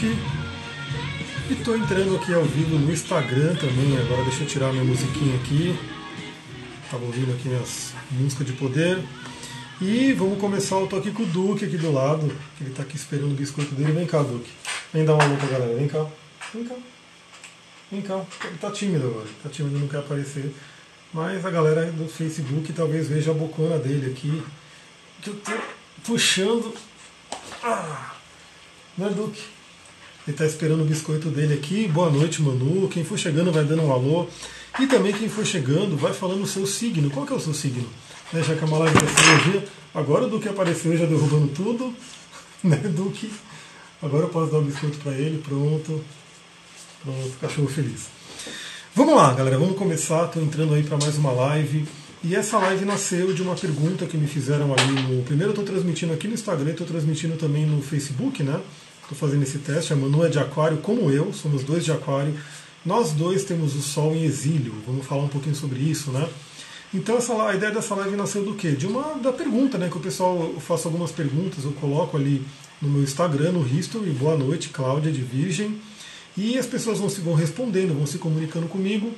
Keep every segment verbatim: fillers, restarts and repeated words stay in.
Duque. E estou entrando aqui ao vivo no Instagram também. Agora deixa eu tirar minha musiquinha aqui. Estava ouvindo aqui minhas músicas de poder. E vamos começar. Eu tô aqui com o Duque aqui do lado. Que ele está aqui esperando o biscoito dele. Vem cá, Duque. Vem dar uma alô pra galera. Vem cá. Vem cá. Vem cá. Ele tá tímido agora. Tá tímido, não quer aparecer. Mas a galera do Facebook talvez veja a bocona dele aqui. Que eu tô puxando. Ah, não é, Duque? Ele está esperando o biscoito dele aqui. Boa noite, Manu. Quem for chegando vai dando um alô. E também quem for chegando vai falando o seu signo. Qual que é o seu signo? Né, já que é uma live de astrologia. Agora o Duque apareceu já derrubando tudo. Né, Duque? Agora eu posso dar o biscoito para ele. Pronto. Pronto, cachorro feliz. Vamos lá, galera. Vamos começar. Estou entrando aí para mais uma live. E essa live nasceu de uma pergunta que me fizeram ali no... Primeiro eu estou transmitindo aqui no Instagram, estou transmitindo também no Facebook, né? Estou fazendo esse teste. A Manu é de Aquário, como eu, somos dois de Aquário. Nós dois temos o Sol em exílio. Vamos falar um pouquinho sobre isso, né? Então essa, a ideia dessa live nasceu do quê? De uma da pergunta, né? Que o pessoal, eu faço algumas perguntas, eu coloco ali no meu Instagram, no History, boa noite, Cláudia de Virgem. E as pessoas vão se vão respondendo, vão se comunicando comigo.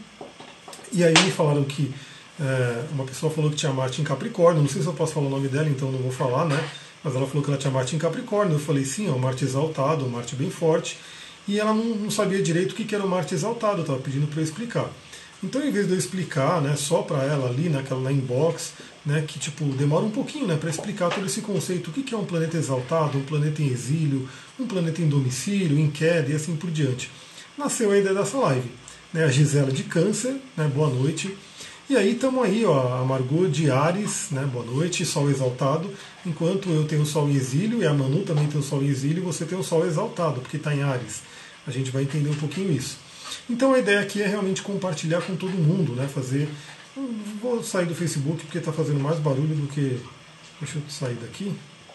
E aí me falaram que É, uma pessoa falou que tinha Marte em Capricórnio, não sei se eu posso falar o nome dela, então não vou falar, né? Mas ela falou que ela tinha Marte em Capricórnio. Eu falei, sim, é um Marte exaltado, um Marte bem forte. E ela não, não sabia direito o que era o Marte exaltado, eu estava pedindo para eu explicar. Então, em vez de eu explicar, né, só para ela ali, naquela na inbox, né, que tipo demora um pouquinho, né, para explicar todo esse conceito, o que é um planeta exaltado, um planeta em exílio, um planeta em domicílio, em queda e assim por diante. Nasceu a ideia dessa live. Né, a Gisela de Câncer, né, boa noite. E aí estamos aí, ó, a Margot de Áries, né, boa noite, Sol exaltado, enquanto eu tenho o Sol em exílio e a Manu também tem o Sol em exílio, você tem o Sol exaltado, porque está em Áries. A gente vai entender um pouquinho isso. Então a ideia aqui é realmente compartilhar com todo mundo, né, fazer... Vou sair do Facebook porque está fazendo mais barulho do que... Deixa eu sair daqui.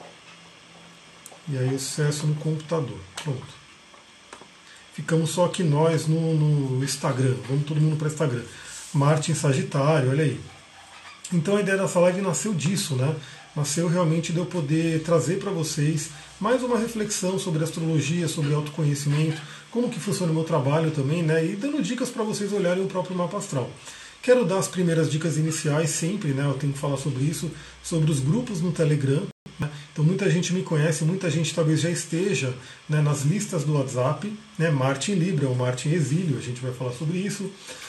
E aí eu acesso no computador. Pronto. Ficamos só aqui nós no, no Instagram. Vamos todo mundo para o Instagram. Marte em Sagitário, olha aí. Então a ideia dessa live nasceu disso, né? Nasceu realmente de eu poder trazer para vocês mais uma reflexão sobre astrologia, sobre autoconhecimento, como que funciona o meu trabalho também, né? E dando dicas para vocês olharem o próprio mapa astral. Quero dar as primeiras dicas iniciais sempre, né? Eu tenho que falar sobre isso, sobre os grupos no Telegram. Né? Então muita gente me conhece, muita gente talvez já esteja, né, nas listas do WhatsApp, né? Marte em Libra ou Marte em exílio, a gente vai falar sobre isso.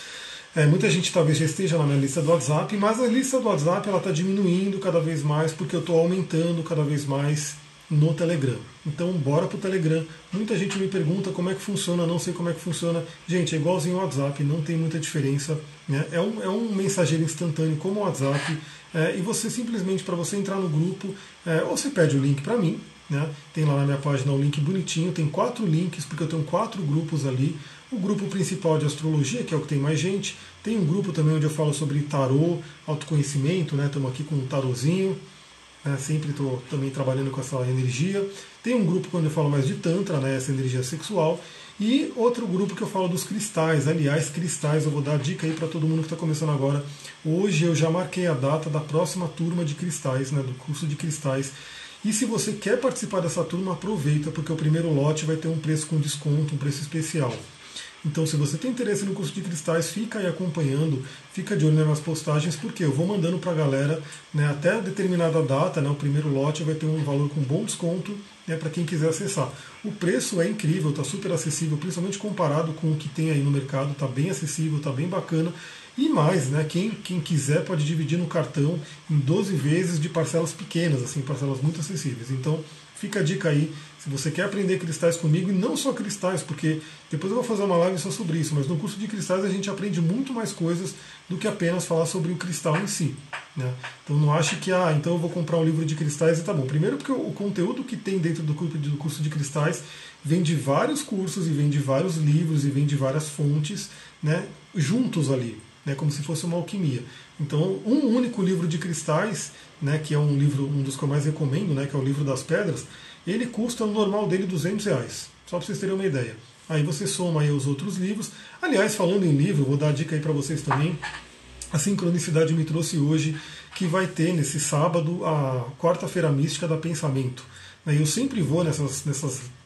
É, muita gente talvez já esteja na minha lista do WhatsApp, mas a lista do WhatsApp está diminuindo cada vez mais porque eu estou aumentando cada vez mais no Telegram. Então bora para o Telegram. Muita gente me pergunta como é que funciona, não sei como é que funciona. Gente, é igualzinho ao WhatsApp, não tem muita diferença. Né? É, um, é um mensageiro instantâneo como o WhatsApp. É, e você simplesmente, para você entrar no grupo, é, ou você pede o link para mim, né? Tem lá na minha página o link bonitinho, tem quatro links, porque eu tenho quatro grupos ali. O grupo principal de astrologia, que é o que tem mais gente. Tem um grupo também onde eu falo sobre tarô, autoconhecimento, né? Estamos aqui com um tarozinho, né? Sempre estou também trabalhando com essa energia. Tem um grupo onde eu falo mais de tantra, né? Essa energia sexual. E outro grupo que eu falo dos cristais. Aliás, cristais, eu vou dar dica aí para todo mundo que está começando agora. Hoje eu já marquei a data da próxima turma de cristais, né? Do curso de cristais. E se você quer participar dessa turma, aproveita, porque o primeiro lote vai ter um preço com desconto, um preço especial. Então, se você tem interesse no curso de cristais, fica aí acompanhando, fica de olho nas minhas postagens, porque eu vou mandando para a galera, né, até determinada data, né, o primeiro lote vai ter um valor com bom desconto, né, para quem quiser acessar. O preço é incrível, está super acessível, principalmente comparado com o que tem aí no mercado, está bem acessível, está bem bacana. E mais, né, quem, quem quiser pode dividir no cartão em doze vezes de parcelas pequenas, assim, parcelas muito acessíveis. Então, fica a dica aí, se você quer aprender cristais comigo, e não só cristais, porque depois eu vou fazer uma live só sobre isso, mas no curso de cristais a gente aprende muito mais coisas do que apenas falar sobre o cristal em si. Né? Então não ache que, ah, então eu vou comprar um livro de cristais e tá bom. Primeiro porque o conteúdo que tem dentro do curso de cristais vem de vários cursos, e vem de vários livros, e vem de várias fontes, né, juntos ali. Né, como se fosse uma alquimia. Então, um único livro de cristais, né, que é um livro, um dos que eu mais recomendo, né, que é o livro das pedras, ele custa no normal dele duzentos reais, só para vocês terem uma ideia. Aí você soma aí os outros livros. Aliás, falando em livro, vou dar a dica aí para vocês também. A sincronicidade me trouxe hoje que vai ter nesse sábado a quarta-feira mística da Pensamento. Eu sempre vou nessas, nessas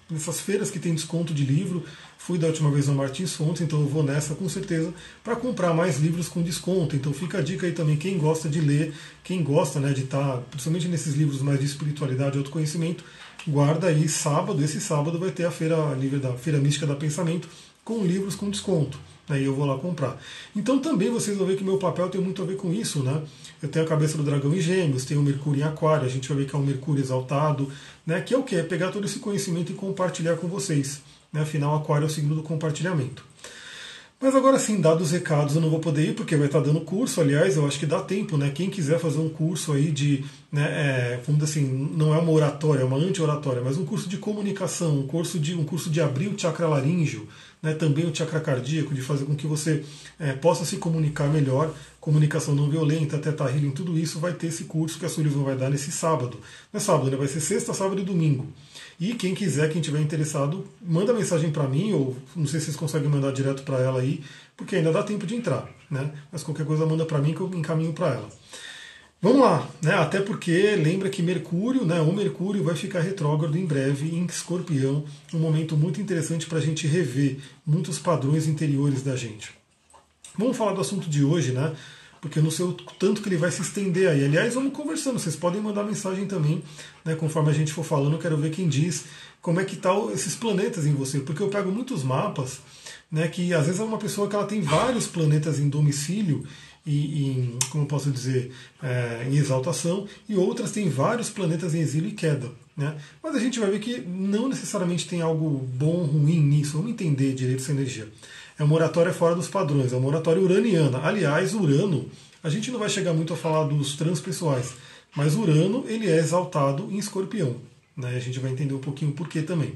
nessas feiras que tem desconto de livro. Fui da última vez no Martins Fontes, então eu vou nessa com certeza para comprar mais livros com desconto. Então fica a dica aí também, quem gosta de ler, quem gosta, né, de estar, principalmente nesses livros mais de espiritualidade e autoconhecimento, guarda aí sábado, esse sábado vai ter a Feira Livre da Feira Mística da Pensamento com livros com desconto. Aí eu vou lá comprar. Então também vocês vão ver que meu papel tem muito a ver com isso, né? Eu tenho a cabeça do dragão em Gêmeos, tenho o Mercúrio em Aquário, a gente vai ver que é um Mercúrio exaltado, né? Que é o quê? É pegar todo esse conhecimento e compartilhar com vocês. Né? Afinal, Aquário é o signo do compartilhamento. Mas agora sim, dados os recados, eu não vou poder ir porque vai estar dando curso. Aliás, eu acho que dá tempo, né? Quem quiser fazer um curso aí de, né, é, vamos dizer assim, não é uma oratória, é uma anti-oratória, mas um curso de comunicação, um curso de, um curso de abrir o chakra laríngeo, né, também o chakra cardíaco, de fazer com que você é, possa se comunicar melhor, comunicação não violenta, Theta Healing, tudo isso vai ter esse curso que a Sullivan vai dar nesse sábado. Não é sábado, né? Vai ser sexta, sábado e domingo. E quem quiser, quem tiver interessado, manda mensagem para mim, ou não sei se vocês conseguem mandar direto para ela aí, porque ainda dá tempo de entrar, né? Mas qualquer coisa manda para mim que eu encaminho para ela. Vamos lá, né? Até porque lembra que Mercúrio, né? O Mercúrio vai ficar retrógrado em breve em Escorpião, um momento muito interessante para a gente rever muitos padrões interiores da gente. Vamos falar do assunto de hoje, né? Porque eu não sei o tanto que ele vai se estender aí. Aliás, vamos conversando, vocês podem mandar mensagem também, né, conforme a gente for falando, eu quero ver quem diz como é que estão esses planetas em você, porque eu pego muitos mapas, né, que às vezes é uma pessoa que ela tem vários planetas em domicílio, e em, como eu posso dizer, é, em exaltação, e outras têm vários planetas em exílio e queda. Né? Mas a gente vai ver que não necessariamente tem algo bom ou ruim nisso, vamos entender direito essa energia. É uma oratória fora dos padrões, é uma oratória uraniana. Aliás, Urano, a gente não vai chegar muito a falar dos transpessoais, mas Urano ele é exaltado em Escorpião. Né? A gente vai entender um pouquinho o porquê também.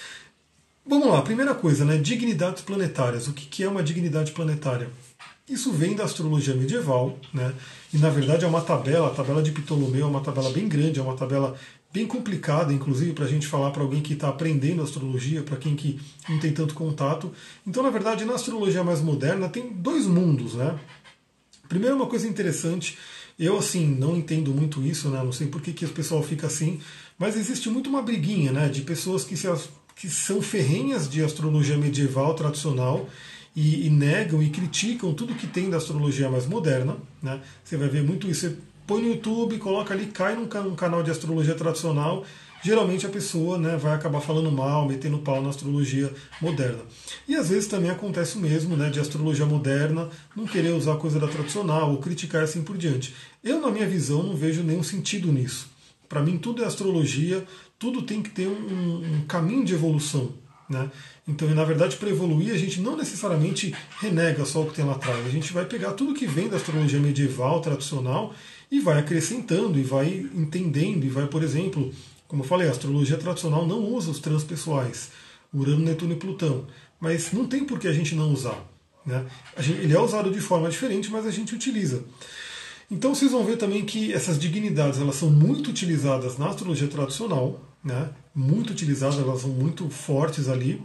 Vamos lá, primeira coisa, né? Dignidades planetárias. O que é uma dignidade planetária? Isso vem da astrologia medieval, né? E na verdade é uma tabela, a tabela de Ptolomeu é uma tabela bem grande, é uma tabela bem complicada, inclusive, para a gente falar para alguém que está aprendendo astrologia, para quem que não tem tanto contato. Então, na verdade, na astrologia mais moderna tem dois mundos, né? Primeiro, uma coisa interessante, eu assim não entendo muito isso, né? Não sei por que, que o pessoal fica assim, mas existe muito uma briguinha, né? De pessoas que, se, que são ferrenhas de astrologia medieval tradicional e, e negam e criticam tudo que tem da astrologia mais moderna, né? Você vai ver muito isso. Você põe no YouTube, coloca ali, cai num, num canal de astrologia tradicional, geralmente a pessoa, né, vai acabar falando mal, metendo pau na astrologia moderna. E às vezes também acontece o mesmo, né, de astrologia moderna não querer usar coisa da tradicional ou criticar assim por diante. Eu, na minha visão, não vejo nenhum sentido nisso. Para mim, tudo é astrologia, tudo tem que ter um, um caminho de evolução. Né? Então, na verdade, para evoluir, a gente não necessariamente renega só o que tem lá atrás. A gente vai pegar tudo que vem da astrologia medieval, tradicional, e vai acrescentando, e vai entendendo, e vai, por exemplo, como eu falei, a astrologia tradicional não usa os transpessoais, Urano, Netuno e Plutão, mas não tem por que a gente não usar. Né? A gente, ele é usado de forma diferente, mas a gente utiliza. Então vocês vão ver também que essas dignidades elas são muito utilizadas na astrologia tradicional, né? Muito utilizadas, elas são muito fortes ali.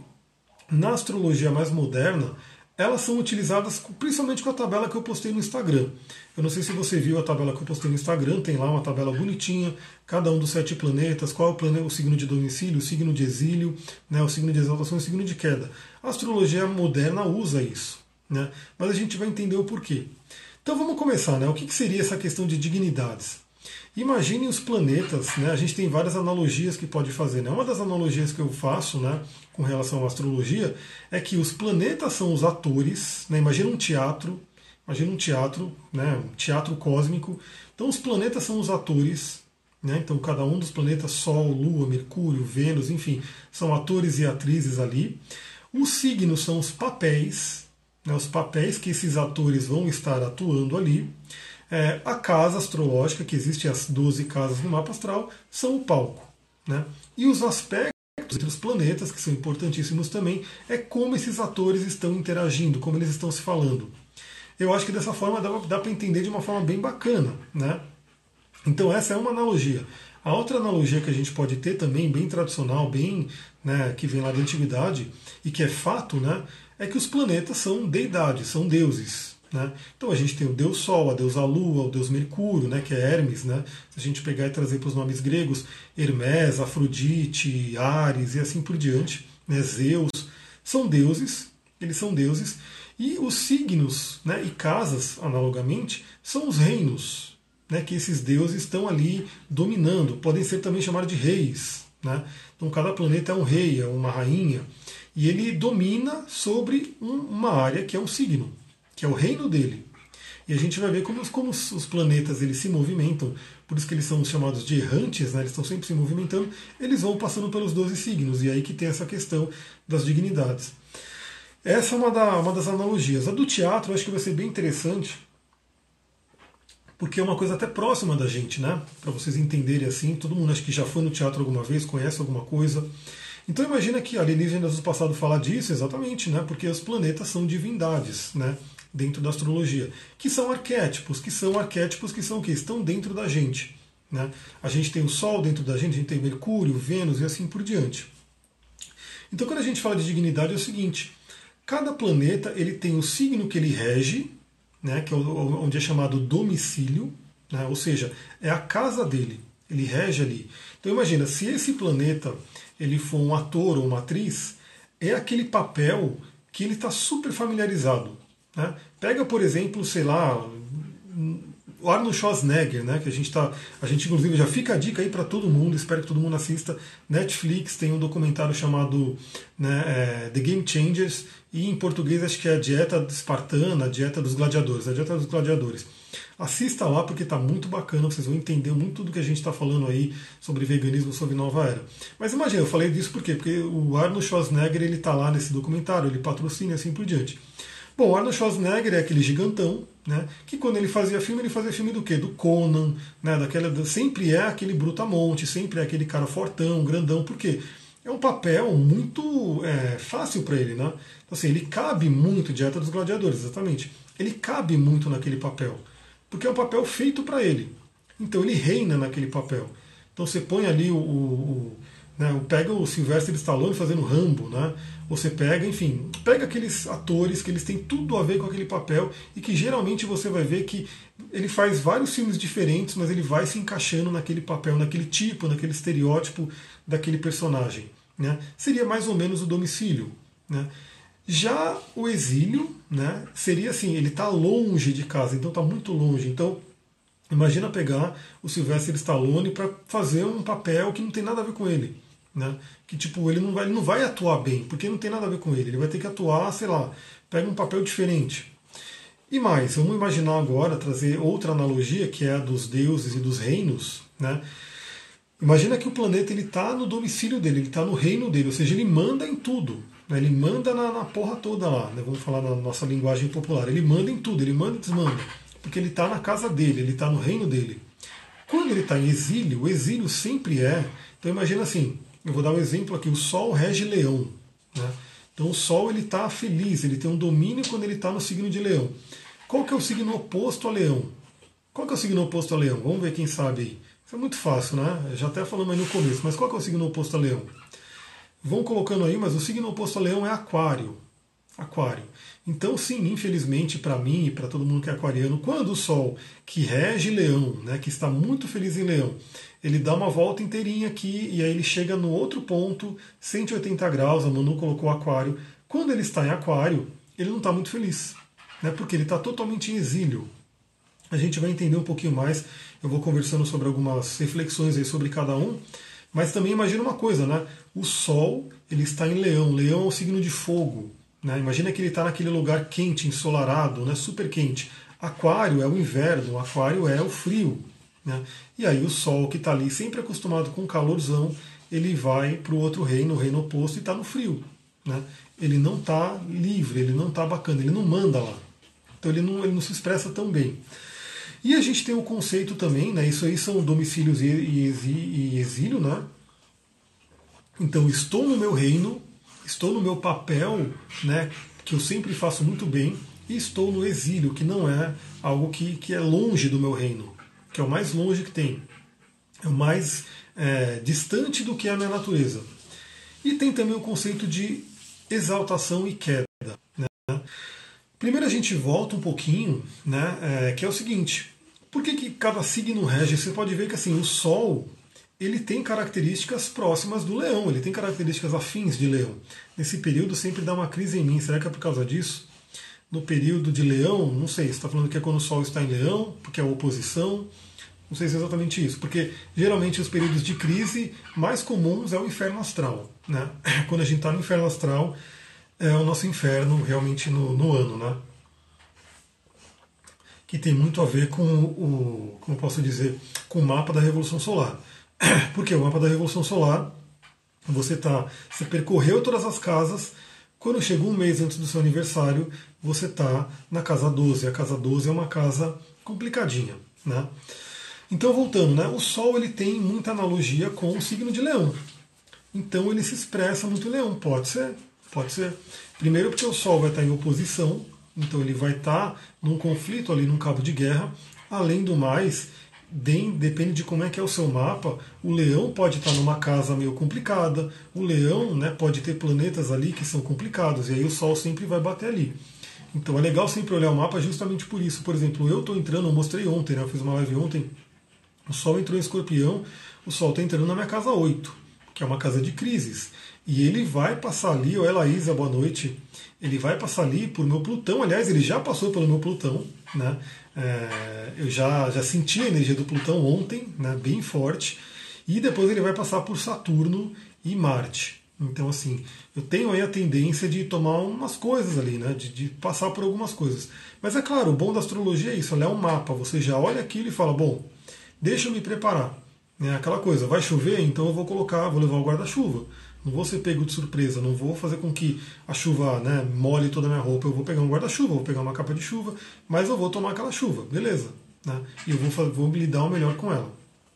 Na astrologia mais moderna, elas são utilizadas principalmente com a tabela que eu postei no Instagram. Eu não sei se você viu a tabela que eu postei no Instagram, tem lá uma tabela bonitinha, cada um dos sete planetas, qual é o, planeta, o signo de domicílio, o signo de exílio, né, o signo de exaltação e o signo de queda. A astrologia moderna usa isso, né, mas a gente vai entender o porquê. Então vamos começar, né? O que seria essa questão de dignidades? Imaginem os planetas, né? A gente tem várias analogias que pode fazer. Né? Uma das analogias que eu faço, né, com relação à astrologia, é que os planetas são os atores. Né? Imagina um teatro, imagina um teatro, né, um teatro cósmico. Então os planetas são os atores. Né? Então cada um dos planetas, Sol, Lua, Mercúrio, Vênus, enfim, são atores e atrizes ali. Os signos são os papéis. Né, os papéis que esses atores vão estar atuando ali. É, a casa astrológica, que existe as doze casas no mapa astral, são o palco. Né? E os aspectos entre os planetas, que são importantíssimos também, é como esses atores estão interagindo, como eles estão se falando. Eu acho que dessa forma dá, dá para entender de uma forma bem bacana. Né? Então essa é uma analogia. A outra analogia que a gente pode ter também, bem tradicional, bem, né, que vem lá da antiguidade, e que é fato, né, é que os planetas são deidades, são deuses. Né? Então a gente tem o deus Sol, a deusa Lua, o deus Mercúrio, né, que é Hermes. Né? Se a gente pegar e trazer para os nomes gregos, Hermes, Afrodite, Ares e assim por diante, né, Zeus, são deuses, eles são deuses, e os signos, né, e casas, analogamente, são os reinos, né, que esses deuses estão ali dominando, podem ser também chamados de reis. Né? Então cada planeta é um rei, é uma rainha, e ele domina sobre um, uma área que é um signo, que é o reino dele. E a gente vai ver como, como os, os planetas eles se movimentam, por isso que eles são chamados de errantes, né? Eles estão sempre se movimentando, eles vão passando pelos doze signos, e aí que tem essa questão das dignidades. Essa é uma, da, uma das analogias. A do teatro eu acho que vai ser bem interessante, porque é uma coisa até próxima da gente, né? Para vocês entenderem assim, todo mundo acho que já foi no teatro alguma vez, conhece alguma coisa. Então imagina que alienígenas do passado falar disso, exatamente, né? Porque os planetas são divindades, né? Dentro da astrologia, que são arquétipos, que são arquétipos que são o quê? Estão dentro da gente. Né? A gente tem o Sol dentro da gente, a gente tem Mercúrio, Vênus e assim por diante. Então quando a gente fala de dignidade é o seguinte, cada planeta ele tem o signo que ele rege, né, que é onde é chamado domicílio, né, ou seja, é a casa dele, ele rege ali. Então imagina, se esse planeta ele for um ator ou uma atriz, é aquele papel que ele está super familiarizado. Né? Pega, por exemplo, sei lá, o Arnold Schwarzenegger, né, que a gente tá, a gente inclusive já fica a dica aí para todo mundo, espero que todo mundo assista. Netflix tem um documentário chamado, né, é, The Game Changers, e em português acho que é a Dieta Espartana, a Dieta dos Gladiadores, a Dieta dos Gladiadores. Assista lá porque está muito bacana, vocês vão entender muito do que a gente está falando aí sobre veganismo, sobre nova era. Mas imagina, eu falei disso por quê? Porque o Arnold Schwarzenegger ele está lá nesse documentário, ele patrocina e assim por diante. Bom, o Arnold Schwarzenegger é aquele gigantão, né, que quando ele fazia filme, ele fazia filme do quê? Do Conan, né, daquela, sempre é aquele brutamonte, sempre é aquele cara fortão, grandão, por quê? É um papel muito é, fácil para ele, né? Então, assim, ele cabe muito, Dieta dos Gladiadores, exatamente. Ele cabe muito naquele papel, porque é um papel feito para ele. Então ele reina naquele papel. Então você põe ali o, o, o né, pega o Sylvester Stallone fazendo Rambo, né? Você pega, enfim, pega aqueles atores que eles têm tudo a ver com aquele papel e que geralmente você vai ver que ele faz vários filmes diferentes, mas ele vai se encaixando naquele papel, naquele tipo, naquele estereótipo daquele personagem. Né? Seria mais ou menos o domicílio. Né? Já o exílio, né, seria assim, ele está longe de casa, então está muito longe. Então, imagina pegar o Sylvester Stallone para fazer um papel que não tem nada a ver com ele. Né? Que tipo, ele não, vai, ele não vai atuar bem, porque não tem nada a ver com ele. Ele vai ter que atuar, sei lá, pega um papel diferente. E mais, vamos imaginar agora, trazer outra analogia, que é a dos deuses e dos reinos. Né? Imagina que o planeta está no domicílio dele, ele está no reino dele, ou seja, ele manda em tudo. Né? Ele manda na, na porra toda lá, né? Vamos falar na nossa linguagem popular. Ele manda em tudo, ele manda e desmanda. Porque ele está na casa dele, ele está no reino dele. Quando ele está em exílio, o exílio sempre é... Então imagina assim, eu vou dar um exemplo aqui, o Sol rege Leão. Né? Então o Sol ele está feliz, ele tem um domínio quando ele está no signo de Leão. Qual que é o signo oposto a Leão? Qual que é o signo oposto a Leão? Vamos ver quem sabe aí. Isso é muito fácil, né? Já até falamos aí no começo, mas qual que é o signo oposto a Leão? Vão colocando aí, mas o signo oposto a Leão é Aquário. Aquário. Então, sim, infelizmente para mim e para todo mundo que é aquariano, quando o Sol, que rege Leão, né, que está muito feliz em Leão, ele dá uma volta inteirinha aqui e aí ele chega no outro ponto, cento e oitenta graus, a Manu colocou Aquário. Quando ele está em Aquário, ele não está muito feliz, né, porque ele está totalmente em exílio. A gente vai entender um pouquinho mais, eu vou conversando sobre algumas reflexões aí sobre cada um, mas também imagina uma coisa, né? O Sol, ele está em Leão, Leão é o signo de fogo. Né? Imagina que ele está naquele lugar quente, ensolarado, né? Super quente. Aquário é o inverno, Aquário é o frio. Né? E aí o Sol, que está ali sempre acostumado com calorzão, ele vai para o outro reino, o reino oposto, e está no frio. Né? Ele não está livre, ele não está bacana, ele não manda lá. Então ele não, ele não se expressa tão bem. E a gente tem o conceito também, né? Isso aí são domicílios e, e, e exílio, né? Então estou no meu reino, estou no meu papel, né, que eu sempre faço muito bem, e estou no exílio, que não é algo que, que é longe do meu reino, que é o mais longe que tem, é o mais é, distante do que é a minha natureza. E tem também o conceito de exaltação e queda. Né? Primeiro a gente volta um pouquinho, né, é, que é o seguinte, por que, que cada signo rege? Você pode ver que assim, o Sol ele tem características próximas do Leão, ele tem características afins de Leão. Nesse período sempre dá uma crise em mim, será que é por causa disso? No período de Leão, não sei, você está falando que é quando o Sol está em Leão, porque é a oposição, não sei se é exatamente isso, porque geralmente os períodos de crise mais comuns é o inferno astral, né? Quando a gente está no inferno astral, é o nosso inferno realmente no, no ano, né? Que tem muito a ver com o, como posso dizer, com o mapa da Revolução Solar. Porque o mapa da Revolução Solar, você tá, você percorreu todas as casas, quando chega um mês antes do seu aniversário, você está na casa doze. A casa doze é uma casa complicadinha, né? Então, voltando, né? O Sol ele tem muita analogia com o signo de Leão. Então ele se expressa muito em Leão. Pode ser, pode ser. Primeiro porque o Sol vai estar em oposição, então ele vai estar num conflito ali, num cabo de guerra. Além do mais, depende de como é que é o seu mapa, o Leão pode estar numa casa meio complicada, o Leão, né, pode ter planetas ali que são complicados, e aí o Sol sempre vai bater ali. Então é legal sempre olhar o mapa justamente por isso. Por exemplo, eu estou entrando, eu mostrei ontem, né, eu fiz uma live ontem, o Sol entrou em Escorpião, o Sol está entrando na minha casa oito, que é uma casa de crises. E ele vai passar ali, oi Laísa, boa noite, ele vai passar ali por meu Plutão, aliás, ele já passou pelo meu Plutão, né? É, eu já, já senti a energia do Plutão ontem, né, bem forte, e depois ele vai passar por Saturno e Marte. Então, assim, eu tenho aí a tendência de tomar umas coisas ali, né, de, de passar por algumas coisas. Mas é claro, o bom da astrologia é isso, olhar um mapa, você já olha aquilo e fala, bom, deixa eu me preparar. É aquela coisa, vai chover, então eu vou colocar, vou levar o guarda-chuva. Não vou ser pego de surpresa, não vou fazer com que a chuva, né, molhe toda a minha roupa. Eu vou pegar um guarda-chuva, vou pegar uma capa de chuva, mas eu vou tomar aquela chuva, beleza. Né? E eu vou, vou lidar melhor com ela.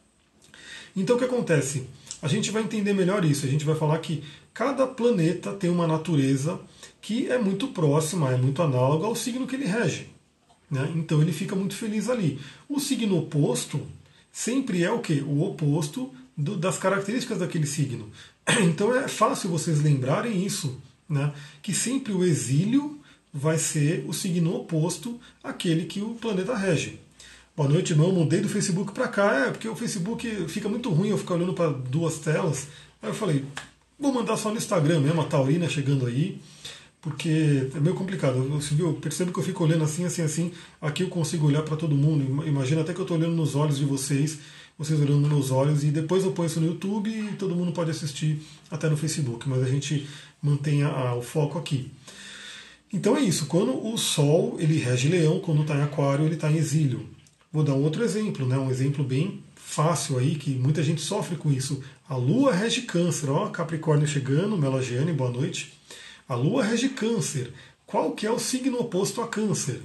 Então o que acontece? A gente vai entender melhor isso. A gente vai falar que cada planeta tem uma natureza que é muito próxima, é muito análoga ao signo que ele rege. Né? Então ele fica muito feliz ali. O signo oposto sempre é o quê? O oposto do, das características daquele signo. Então é fácil vocês lembrarem isso, né? Que sempre o exílio vai ser o signo oposto àquele que o planeta rege. Boa noite, irmão. Mudei do Facebook para cá, é porque o Facebook fica muito ruim eu ficar olhando para duas telas. Aí eu falei, vou mandar só no Instagram mesmo, a Taurina chegando aí, porque é meio complicado. Eu, eu percebo que eu fico olhando assim, assim, assim. Aqui eu consigo olhar para todo mundo. Imagina até que eu estou olhando nos olhos de vocês, vocês olhando nos meus olhos, e depois eu ponho isso no YouTube e todo mundo pode assistir até no Facebook, mas a gente mantém a, o foco aqui. Então é isso, quando o Sol ele rege Leão, quando está em Aquário ele está em exílio. Vou dar um outro exemplo, né? Um exemplo bem fácil aí, que muita gente sofre com isso. A Lua rege Câncer, ó, Capricórnio chegando, Melagiane, boa noite. A Lua rege Câncer. Qual que é o signo oposto a Câncer?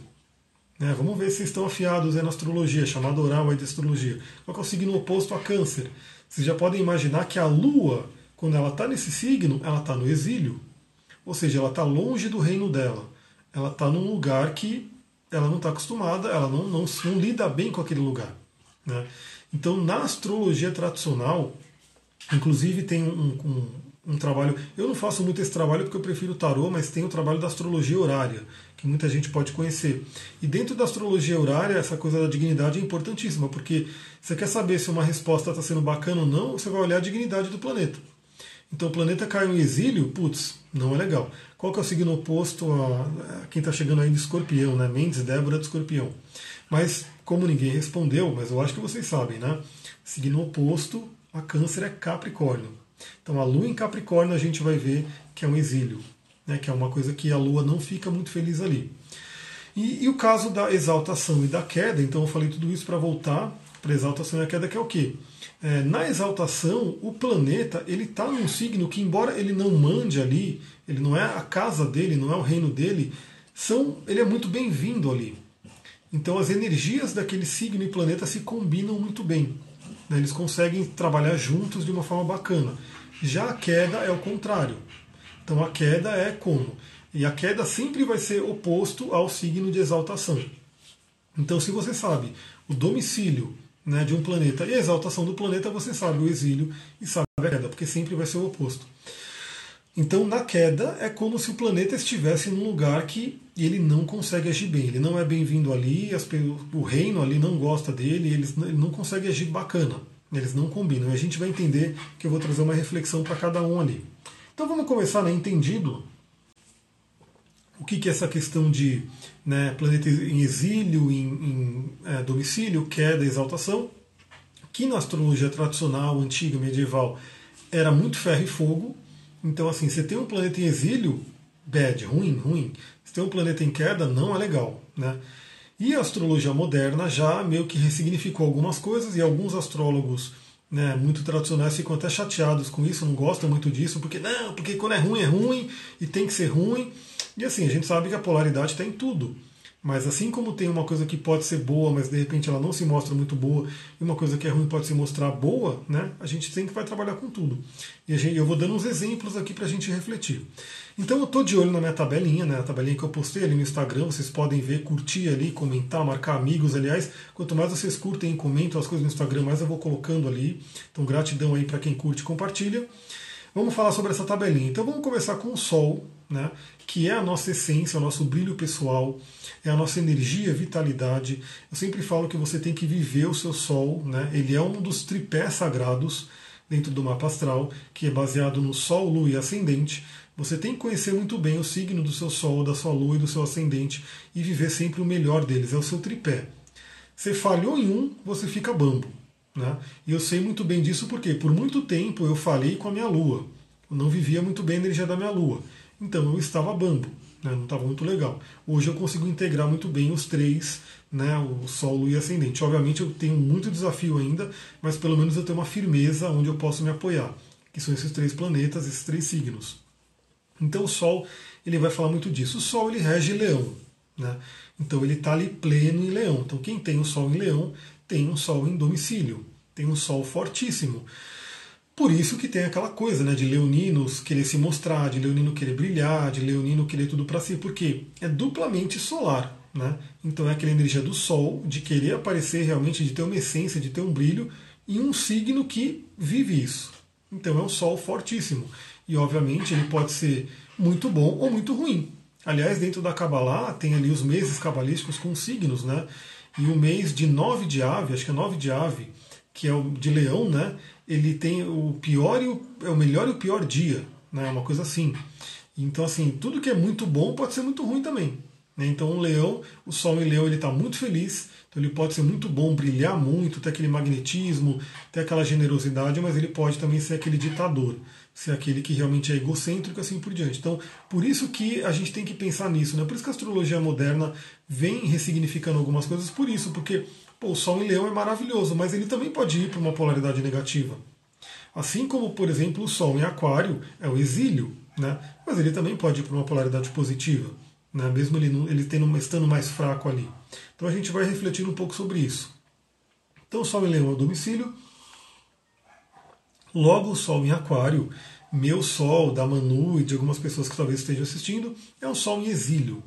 É, vamos ver se vocês estão afiados aí na astrologia, chamada oral aí de astrologia. Qual que é o signo oposto a Câncer? Vocês já podem imaginar que a Lua, quando ela está nesse signo, ela está no exílio. Ou seja, ela está longe do reino dela. Ela está num lugar que ela não está acostumada, ela não, não, não lida bem com aquele lugar. Né? Então, na astrologia tradicional, inclusive tem um, um, um trabalho... Eu não faço muito esse trabalho porque eu prefiro o tarô, mas tem o trabalho da astrologia horária, que muita gente pode conhecer. E dentro da astrologia horária, essa coisa da dignidade é importantíssima, porque você quer saber se uma resposta está sendo bacana ou não, você vai olhar a dignidade do planeta. Então o planeta caiu em exílio, putz, não é legal. Qual que é o signo oposto a, a quem está chegando aí de Escorpião, né? Mendes, Débora de Escorpião. Mas, como ninguém respondeu, mas eu acho que vocês sabem, né? Signo oposto a Câncer é Capricórnio. Então a Lua em Capricórnio a gente vai ver que é um exílio, né? Que é uma coisa que a Lua não fica muito feliz ali. E, e o caso da exaltação e da queda, então eu falei tudo isso para voltar para a exaltação e a queda, que é o quê? É, na exaltação, o planeta ele está num signo que, embora ele não mande ali, ele não é a casa dele, não é o reino dele, são, ele é muito bem-vindo ali. Então as energias daquele signo e planeta se combinam muito bem. Né? Eles conseguem trabalhar juntos de uma forma bacana. Já a queda é o contrário. Então a queda é como? E a queda sempre vai ser oposto ao signo de exaltação. Então, se você sabe o domicílio, né, de um planeta e a exaltação do planeta, você sabe o exílio e sabe a queda, porque sempre vai ser o oposto. Então, na queda, é como se o planeta estivesse num lugar que ele não consegue agir bem. Ele não é bem-vindo ali, as, o reino ali não gosta dele, eles, ele não consegue agir bacana. Eles não combinam. E a gente vai entender que eu vou trazer uma reflexão para cada um ali. Então, vamos começar, né, entendido o que, que é essa questão de, né, planeta em exílio, em, em é, domicílio, queda, exaltação, que na astrologia tradicional, antiga, medieval, era muito ferro e fogo. Então, assim, você tem um planeta em exílio, bad, ruim, ruim. Se tem um planeta em queda, não é legal, né? E a astrologia moderna já meio que ressignificou algumas coisas e alguns astrólogos, né, muito tradicionais ficam até chateados com isso, não gostam muito disso, porque não, porque quando é ruim é ruim e tem que ser ruim. E assim, a gente sabe que a polaridade está em tudo. Mas assim como tem uma coisa que pode ser boa, mas de repente ela não se mostra muito boa, e uma coisa que é ruim pode se mostrar boa, né? A gente sempre vai trabalhar com tudo. E a gente, eu vou dando uns exemplos aqui para a gente refletir. Então eu estou de olho na minha tabelinha, né? A tabelinha que eu postei ali no Instagram, vocês podem ver, curtir ali, comentar, marcar amigos. Aliás, quanto mais vocês curtem e comentam as coisas no Instagram, mais eu vou colocando ali. Então gratidão aí para quem curte e compartilha. Vamos falar sobre essa tabelinha. Então vamos começar com o Sol, né, que é a nossa essência, o nosso brilho pessoal, é a nossa energia, vitalidade. Eu sempre falo que você tem que viver o seu Sol, né? Ele é um dos tripés sagrados dentro do mapa astral, que é baseado no Sol, Lua e Ascendente. Você tem que conhecer muito bem o signo do seu Sol, da sua Lua e do seu Ascendente e viver sempre o melhor deles, é o seu tripé. Você falhou em um, você fica bambo. Né? E eu sei muito bem disso porque por muito tempo eu falhei com a minha Lua. Eu não vivia muito bem a energia da minha Lua. Então eu estava bambo, né? Não estava muito legal. Hoje eu consigo integrar muito bem os três, né? O Sol, Lua e Ascendente. Obviamente eu tenho muito desafio ainda, mas pelo menos eu tenho uma firmeza onde eu posso me apoiar, que são esses três planetas, esses três signos. Então o Sol, ele vai falar muito disso. O Sol, ele rege Leão, né? Então ele está ali pleno em Leão. Então quem tem o Sol em Leão tem um Sol em domicílio, tem um Sol fortíssimo. Por isso que tem aquela coisa, né, de leoninos querer se mostrar, de leonino querer brilhar, de leonino querer tudo para si, porque é duplamente solar, né? Então é aquela energia do Sol, de querer aparecer realmente, de ter uma essência, de ter um brilho, e um signo que vive isso. Então é um Sol fortíssimo. E obviamente ele pode ser muito bom ou muito ruim. Aliás, dentro da Kabbalah tem ali os meses cabalísticos com signos, né? E o mês de nove de ave, acho que é nove de ave, que é o de leão, né? Ele tem o pior e o, é o melhor e o pior dia, né? Uma coisa assim. Então, assim, tudo que é muito bom pode ser muito ruim também. Né? Então, o leão, o Sol em leão, ele está muito feliz, então ele pode ser muito bom, brilhar muito, ter aquele magnetismo, ter aquela generosidade, mas ele pode também ser aquele ditador, ser aquele que realmente é egocêntrico, assim por diante. Então, por isso que a gente tem que pensar nisso, né? Por isso que a astrologia moderna vem ressignificando algumas coisas, por isso, porque pô, o Sol em Leão é maravilhoso, mas ele também pode ir para uma polaridade negativa. Assim como, por exemplo, o Sol em Aquário é o exílio, né? Mas ele também pode ir para uma polaridade positiva, né? Mesmo ele, ele tendo, estando mais fraco ali. Então a gente vai refletir um pouco sobre isso. Então o Sol em Leão é o domicílio. Logo o Sol em Aquário, meu Sol, da Manu e de algumas pessoas que talvez estejam assistindo, é um Sol em exílio.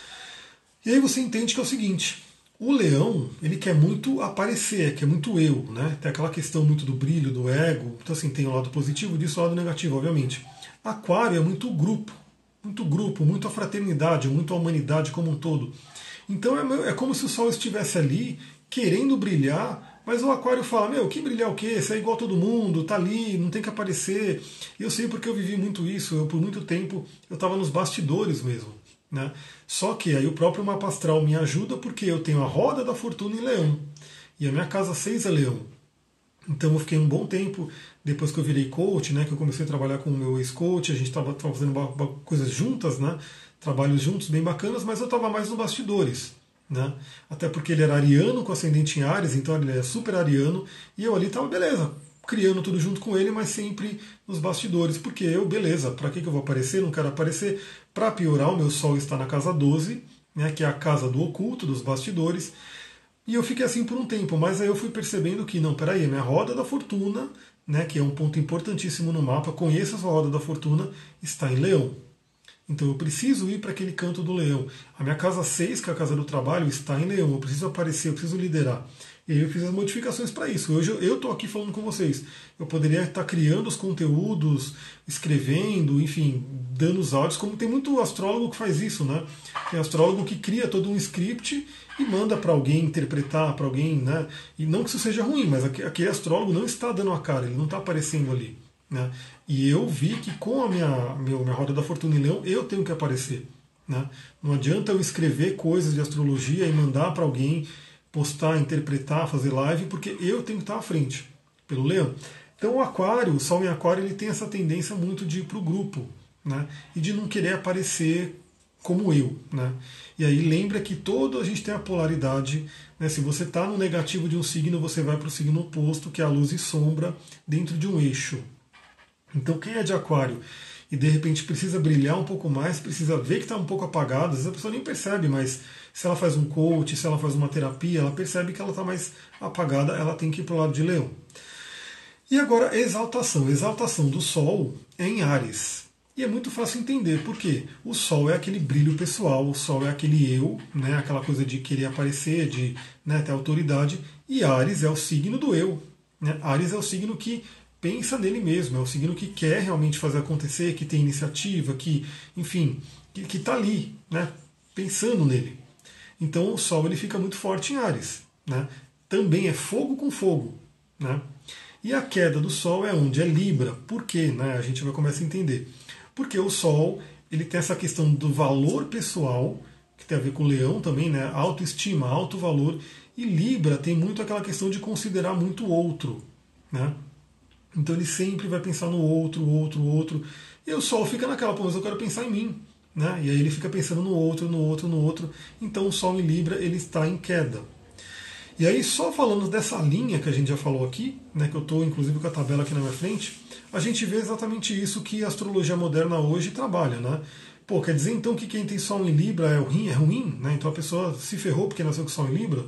E aí você entende que é o seguinte, o leão, ele quer muito aparecer, quer muito eu, né? Tem aquela questão muito do brilho, do ego, então assim, tem o lado positivo disso, o lado negativo, obviamente. Aquário é muito grupo, muito grupo, muito a fraternidade, muito a humanidade como um todo. Então é, é como se o Sol estivesse ali, querendo brilhar, mas o Aquário fala, meu, que brilhar o quê? Você é igual a todo mundo, tá ali, não tem que aparecer. Eu sei porque eu vivi muito isso, eu por muito tempo eu estava nos bastidores mesmo. Né? Só que aí o próprio mapa astral me ajuda porque eu tenho a roda da fortuna em Leão e a minha casa seis é Leão. Então eu fiquei um bom tempo, depois que eu virei coach, né, que eu comecei a trabalhar com o meu ex-coach, a gente estava fazendo coisas juntas, né, trabalhos juntos bem bacanas, mas eu estava mais nos bastidores. Né? Até porque ele era ariano com ascendente em Áries, então ele é super ariano, e eu ali estava, beleza, criando tudo junto com ele, mas sempre nos bastidores, porque eu, beleza, para que, que eu vou aparecer? Não quero aparecer. Para piorar, o meu Sol está na casa doze, né, que é a casa do oculto, dos bastidores, e eu fiquei assim por um tempo, mas aí eu fui percebendo que, não, peraí, a minha roda da fortuna, né, que é um ponto importantíssimo no mapa, conheça a sua roda da fortuna, está em Leão. Então eu preciso ir para aquele canto do leão. A minha casa seis, que é a casa do trabalho, está em leão. Eu preciso aparecer, eu preciso liderar. E aí eu fiz as modificações para isso. Hoje eu estou aqui falando com vocês. Eu poderia estar criando os conteúdos, escrevendo, enfim, dando os áudios, como tem muito astrólogo que faz isso, né? Tem astrólogo que cria todo um script e manda para alguém interpretar, para alguém, né? E não que isso seja ruim, mas aquele astrólogo não está dando a cara, ele não está aparecendo ali. Né? E eu vi que com a minha, meu, minha roda da fortuna em leão, eu tenho que aparecer. Né? Não adianta eu escrever coisas de astrologia e mandar para alguém postar, interpretar, fazer live, porque eu tenho que estar à frente, pelo leão. Então o aquário, o sol em aquário, ele tem essa tendência muito de ir para o grupo, né? E de não querer aparecer como eu. Né? E aí lembra que todo a gente tem a polaridade, né? Se você está no negativo de um signo, você vai para o signo oposto, que é a luz e sombra, dentro de um eixo. Então quem é de aquário e de repente precisa brilhar um pouco mais, precisa ver que está um pouco apagado, às vezes a pessoa nem percebe, mas se ela faz um coach, se ela faz uma terapia, ela percebe que ela está mais apagada, ela tem que ir para o lado de leão. E agora, exaltação. Exaltação do Sol é em Áries. E é muito fácil entender, porque o Sol é aquele brilho pessoal, o Sol é aquele eu, né, aquela coisa de querer aparecer, de, né, ter autoridade, e Áries é o signo do eu. Né? Áries é o signo que pensa nele mesmo, é o signo que quer realmente fazer acontecer, que tem iniciativa, que, enfim, que está ali, né, pensando nele. Então o Sol ele fica muito forte em Áries. Né? Também é fogo com fogo. Né? E a queda do Sol é onde? É Libra. Por quê? Né? A gente vai começar a entender. Porque o Sol ele tem essa questão do valor pessoal, que tem a ver com o Leão também, né? Autoestima, alto valor. E Libra tem muito aquela questão de considerar muito o outro. Né? Então ele sempre vai pensar no outro, outro, outro. E o Sol fica naquela, pô, mas eu quero pensar em mim. Né? E aí ele fica pensando no outro, no outro, no outro. Então o Sol em Libra ele está em queda. E aí, só falando dessa linha que a gente já falou aqui, né, que eu estou inclusive com a tabela aqui na minha frente, a gente vê exatamente isso que a astrologia moderna hoje trabalha. Né? Pô, quer dizer então que quem tem Sol em Libra é ruim? É ruim? Né? Então a pessoa se ferrou porque nasceu com Sol em Libra?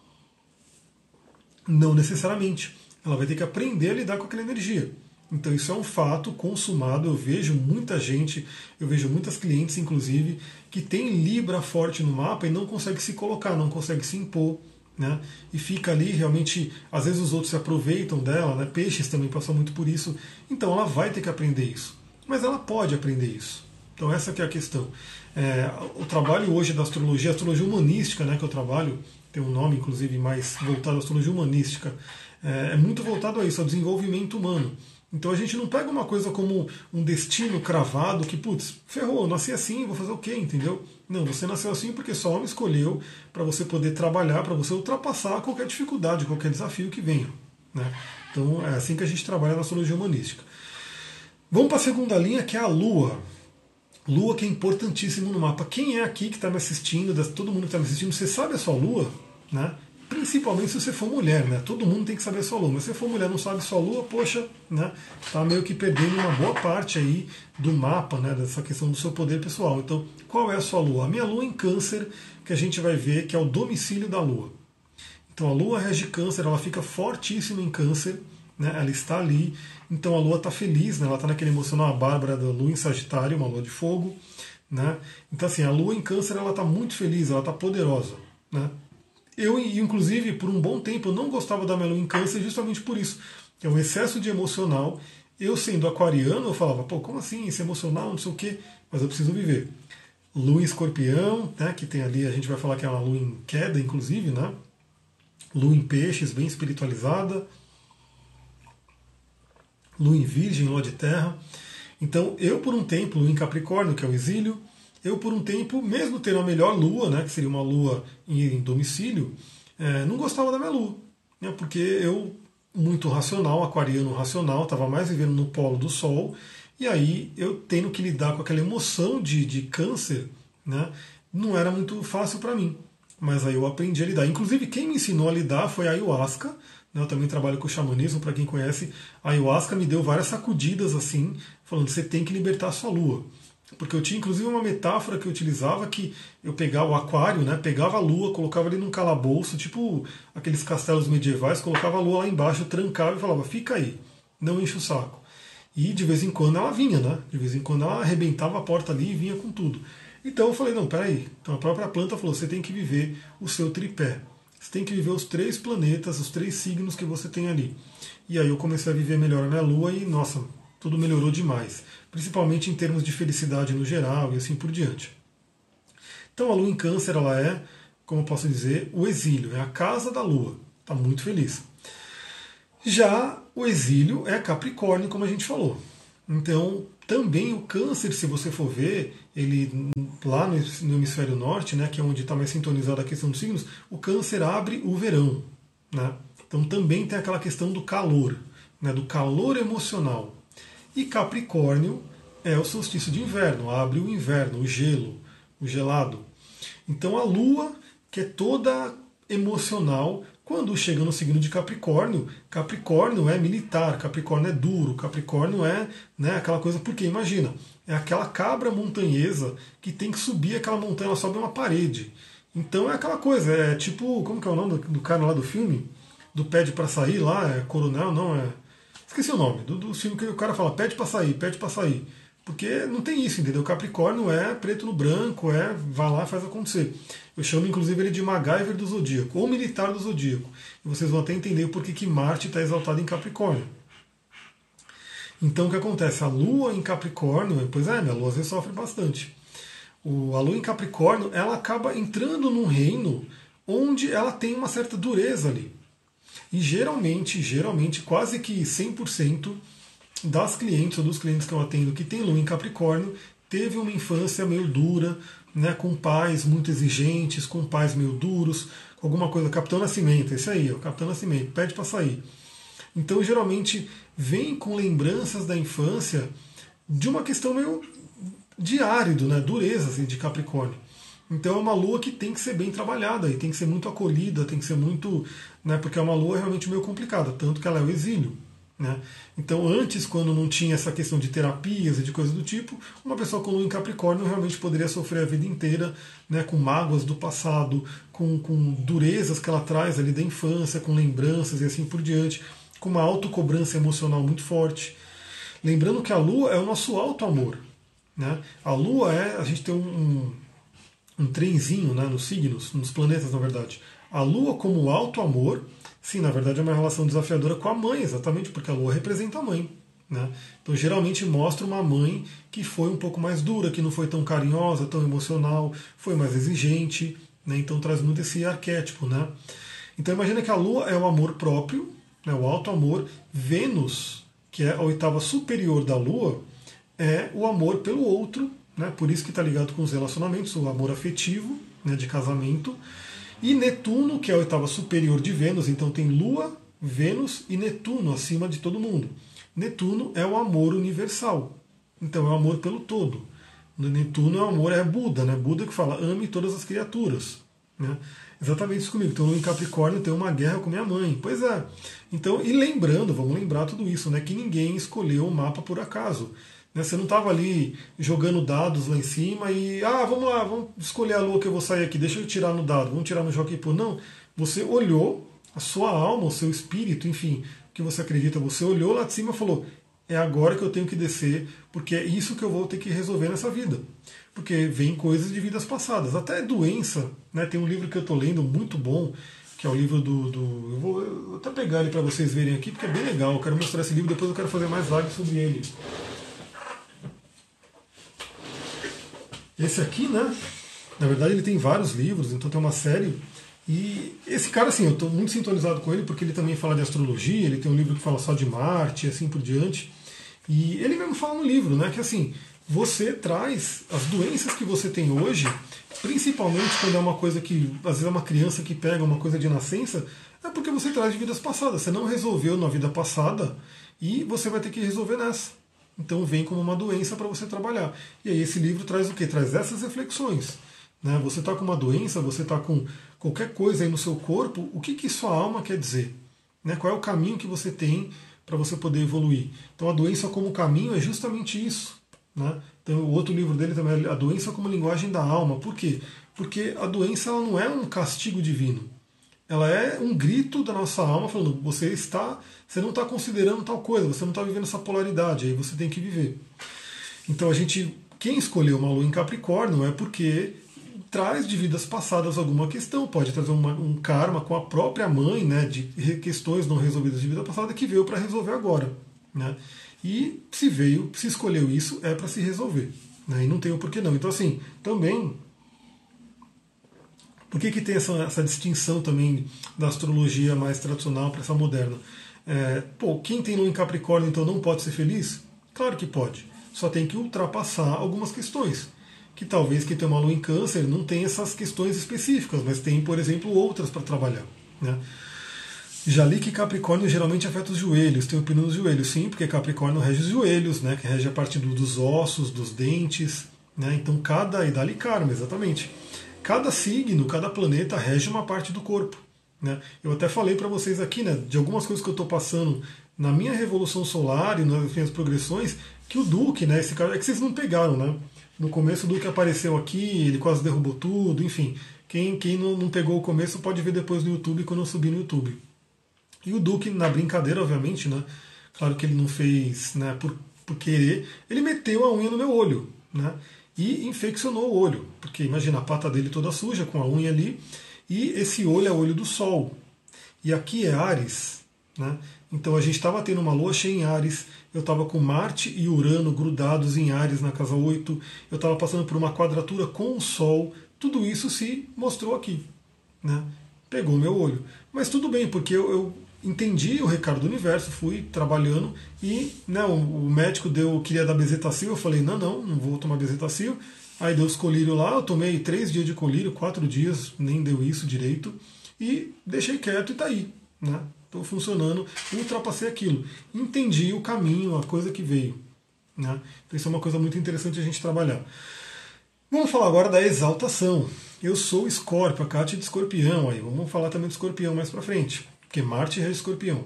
Não necessariamente. Ela vai ter que aprender a lidar com aquela energia. Então isso é um fato consumado. Eu vejo muita gente, eu vejo muitas clientes, inclusive, que tem Libra forte no mapa e não consegue se colocar, não consegue se impor. Né? E fica ali realmente, às vezes os outros se aproveitam dela, né? Peixes também passam muito por isso, então ela vai ter que aprender isso, mas ela pode aprender isso. Então essa que é a questão. É, o trabalho hoje da astrologia, a astrologia humanística, né, que eu trabalho, tem um nome inclusive mais voltado à astrologia humanística, é, é muito voltado a isso, ao desenvolvimento humano. Então a gente não pega uma coisa como um destino cravado que, putz, ferrou, eu nasci assim, vou fazer o quê, entendeu? Não, você nasceu assim porque só homem escolheu para você poder trabalhar, para você ultrapassar qualquer dificuldade, qualquer desafio que venha. Né? Então é assim que a gente trabalha na astrologia humanística. Vamos para a segunda linha, que é a Lua. Lua que é importantíssimo no mapa. Quem é aqui que está me assistindo, todo mundo que está me assistindo, você sabe a sua Lua? Né? Principalmente se você for mulher, né? Todo mundo tem que saber a sua lua. Mas se você for mulher e não sabe a sua lua, poxa, né? Tá meio que perdendo uma boa parte aí do mapa, né? Dessa questão do seu poder pessoal. Então, qual é a sua lua? A minha lua em Câncer, que a gente vai ver que é o domicílio da lua. Então a lua rege Câncer, ela fica fortíssima em Câncer, né? Ela está ali. Então a lua está feliz, né? Ela está naquele emocional, a Bárbara da lua em Sagitário, uma lua de fogo, né? Então assim, a lua em Câncer, ela está muito feliz, ela está poderosa, né? Eu, inclusive, por um bom tempo, eu não gostava da minha lua em Câncer justamente por isso. É um excesso de emocional. Eu, sendo aquariano, eu falava, pô, como assim? Esse emocional, não sei o quê, mas eu preciso viver. Lua em Escorpião, né, que tem ali, a gente vai falar que é uma lua em queda, inclusive, né? Lua em Peixes, bem espiritualizada. Lua em Virgem, lua de terra. Então, eu, por um tempo, lua em Capricórnio, que é o exílio, eu, por um tempo, mesmo tendo a melhor lua, né, que seria uma lua em domicílio, é, não gostava da minha lua. Né, porque eu, muito racional, aquariano racional, estava mais vivendo no polo do Sol, e aí eu tendo que lidar com aquela emoção de, de Câncer, né, não era muito fácil para mim. Mas aí eu aprendi a lidar. Inclusive, quem me ensinou a lidar foi a ayahuasca. Né, eu também trabalho com xamanismo, para quem conhece. A ayahuasca me deu várias sacudidas assim, falando, você tem que libertar a sua lua. Porque eu tinha inclusive uma metáfora que eu utilizava, que eu pegava o aquário, né, pegava a lua, colocava ali num calabouço, tipo aqueles castelos medievais, colocava a lua lá embaixo, trancava e falava, fica aí, não enche o saco. E de vez em quando ela vinha, né? De vez em quando ela arrebentava a porta ali e vinha com tudo. Então eu falei, não, peraí. Então a própria planta falou, você tem que viver o seu tripé. Você tem que viver os três planetas, os três signos que você tem ali. E aí eu comecei a viver melhor a minha lua e, nossa, tudo melhorou demais. Principalmente em termos de felicidade no geral e assim por diante. Então a lua em câncer, ela é, como eu posso dizer, o exílio. É a casa da lua. Está muito feliz. Já o exílio é Capricórnio, como a gente falou. Então, também o câncer, se você for ver, ele lá no hemisfério norte, né, que é onde está mais sintonizada a questão dos signos, o câncer abre o verão. Né? Então também tem aquela questão do calor, né, do calor emocional. E Capricórnio é o solstício de inverno, abre o inverno, o gelo, o gelado. Então a Lua, que é toda emocional, quando chega no signo de Capricórnio, Capricórnio é militar, Capricórnio é duro, Capricórnio é, né, aquela coisa, porque imagina, é aquela cabra montanhesa que tem que subir aquela montanha, ela sobe uma parede. Então é aquela coisa, é tipo, como que é o nome do, do cara lá do filme? Do Pede pra Sair lá, é Coronel, não, é... Esqueci o nome, do, do filme que o cara fala, pede pra sair, pede pra sair. Porque não tem isso, entendeu? Capricórnio é preto no branco, é vai lá e faz acontecer. Eu chamo inclusive ele de MacGyver do Zodíaco, ou militar do Zodíaco. E vocês vão até entender por que que Marte está exaltado em Capricórnio. Então o que acontece? A Lua em Capricórnio, pois é, minha Lua às vezes sofre bastante. O, a Lua em Capricórnio, ela acaba entrando num reino onde ela tem uma certa dureza ali. E geralmente, geralmente, quase que cem por cento das clientes ou dos clientes que eu atendo que tem Lua em Capricórnio teve uma infância meio dura, né, com pais muito exigentes, com pais meio duros, com alguma coisa, Capitão Nascimento, esse aí, o Capitão Nascimento, pede para sair. Então geralmente vem com lembranças da infância de uma questão meio de árido, né, dureza assim, de Capricórnio. Então é uma lua que tem que ser bem trabalhada e tem que ser muito acolhida, tem que ser muito, né, porque é uma lua realmente meio complicada, tanto que ela é o exílio. Né? Então, antes, quando não tinha essa questão de terapias e de coisas do tipo, uma pessoa com lua em Capricórnio realmente poderia sofrer a vida inteira, né, com mágoas do passado, com, com durezas que ela traz ali da infância, com lembranças e assim por diante, com uma autocobrança emocional muito forte. Lembrando que a lua é o nosso auto-amor. Né? A lua é, a gente tem um, um, um trenzinho, né, nos signos, nos planetas, na verdade. A lua como auto-amor. Sim, na verdade é uma relação desafiadora com a mãe, exatamente, porque a lua representa a mãe. Né? Então geralmente mostra uma mãe que foi um pouco mais dura, que não foi tão carinhosa, tão emocional, foi mais exigente, né? Então traz muito esse arquétipo. Né? Então imagina que a lua é o amor próprio, né? O auto-amor. Vênus, que é a oitava superior da lua, é o amor pelo outro, né? Por isso que está ligado com os relacionamentos, o amor afetivo, né, de casamento. E Netuno, que é a oitava superior de Vênus, então tem Lua, Vênus e Netuno acima de todo mundo. Netuno é o amor universal, então é o amor pelo todo. Netuno é o amor, é Buda, né? Buda que fala, ame todas as criaturas. Né? Exatamente isso comigo. Então, em Capricórnio tem uma guerra com minha mãe. Pois é. Então, e lembrando, vamos lembrar tudo isso, né? Que ninguém escolheu o mapa por acaso. Você não estava ali jogando dados lá em cima e, ah, vamos lá, vamos escolher a lua que eu vou sair aqui, deixa eu tirar no dado, vamos tirar no jockey pô. Não, você olhou, a sua alma, o seu espírito, enfim, o que você acredita, você olhou lá de cima e falou, é agora que eu tenho que descer, porque é isso que eu vou ter que resolver nessa vida. Porque vem coisas de vidas passadas, até doença, né? Tem um livro que eu estou lendo muito bom, que é o livro do... do eu, vou, eu vou até pegar ele para vocês verem aqui, porque é bem legal, eu quero mostrar esse livro, depois eu quero fazer mais lives sobre ele. Esse aqui, né? Na verdade ele tem vários livros, então tem uma série. E esse cara, assim, eu estou muito sintonizado com ele porque ele também fala de astrologia, ele tem um livro que fala só de Marte e assim por diante. E ele mesmo fala no livro, né? Que assim, você traz as doenças que você tem hoje, principalmente quando é uma coisa que, às vezes é uma criança que pega uma coisa de nascença, é porque você traz de vidas passadas. Você não resolveu na vida passada e você vai ter que resolver nessa. Então vem como uma doença para você trabalhar. E aí esse livro traz o quê? Traz essas reflexões. Né? Você está com uma doença, você está com qualquer coisa aí no seu corpo, o que, que sua alma quer dizer? Né? Qual é o caminho que você tem para você poder evoluir? Então a doença como caminho é justamente isso. Né? Então o outro livro dele também é A Doença como Linguagem da Alma. Por quê? Porque a doença ela não é um castigo divino. Ela é um grito da nossa alma falando, você está, você não está considerando tal coisa, você não está vivendo essa polaridade, aí você tem que viver. Então a gente, quem escolheu uma lua em Capricórnio é porque traz de vidas passadas alguma questão, pode trazer uma, um karma com a própria mãe, né, de questões não resolvidas de vida passada que veio para resolver agora, né? E se veio, se escolheu isso, é para se resolver, né? E não tem o porquê não. Então assim, também, por que, que tem essa, essa distinção também da astrologia mais tradicional para essa moderna? É, pô, quem tem lua em Capricórnio então não pode ser feliz? Claro que pode, só tem que ultrapassar algumas questões. Que talvez quem tem uma lua em Câncer não tenha essas questões específicas, mas tem, por exemplo, outras para trabalhar, né? Já li que Capricórnio geralmente afeta os joelhos, tem opinião dos joelhos, sim, porque Capricórnio rege os joelhos, né, que rege a parte do, dos ossos, dos dentes, né, então cada, e dá-lhe karma, exatamente. Cada signo, cada planeta rege uma parte do corpo, né. Eu até falei para vocês aqui, né, de algumas coisas que eu estou passando na minha revolução solar e nas minhas progressões, que o Duque, né, esse cara, é que vocês não pegaram, né. No começo o Duque apareceu aqui, ele quase derrubou tudo, enfim. Quem, quem não, não pegou o começo pode ver depois no YouTube, quando eu subir no YouTube. E o Duque, na brincadeira, obviamente, né? Claro que ele não fez, né, por, por querer, ele meteu a unha no meu olho, né? E infeccionou o olho, porque imagina a pata dele toda suja, com a unha ali, e esse olho é o olho do Sol. E aqui é Áries, né? Então a gente estava tendo uma lua cheia em Áries, eu estava com Marte e Urano grudados em Áries na casa oito, eu estava passando por uma quadratura com o Sol, tudo isso se mostrou aqui, né? Pegou meu olho. Mas tudo bem, porque eu, eu entendi o recado do universo, fui trabalhando e, né, o, o médico deu, queria dar bezetacil, eu falei, não, não, não vou tomar bezetacil. Aí deu os colírios lá, eu tomei três dias de colírio, quatro dias, nem deu isso direito, e deixei quieto e tá aí, né? Estou funcionando, ultrapassei aquilo. Entendi o caminho, a coisa que veio, né? Então isso é uma coisa muito interessante a gente trabalhar. Vamos falar agora da exaltação. Eu sou Escorpio, a Kátia de Escorpião, aí vamos falar também de Escorpião mais pra frente, porque Marte é Escorpião.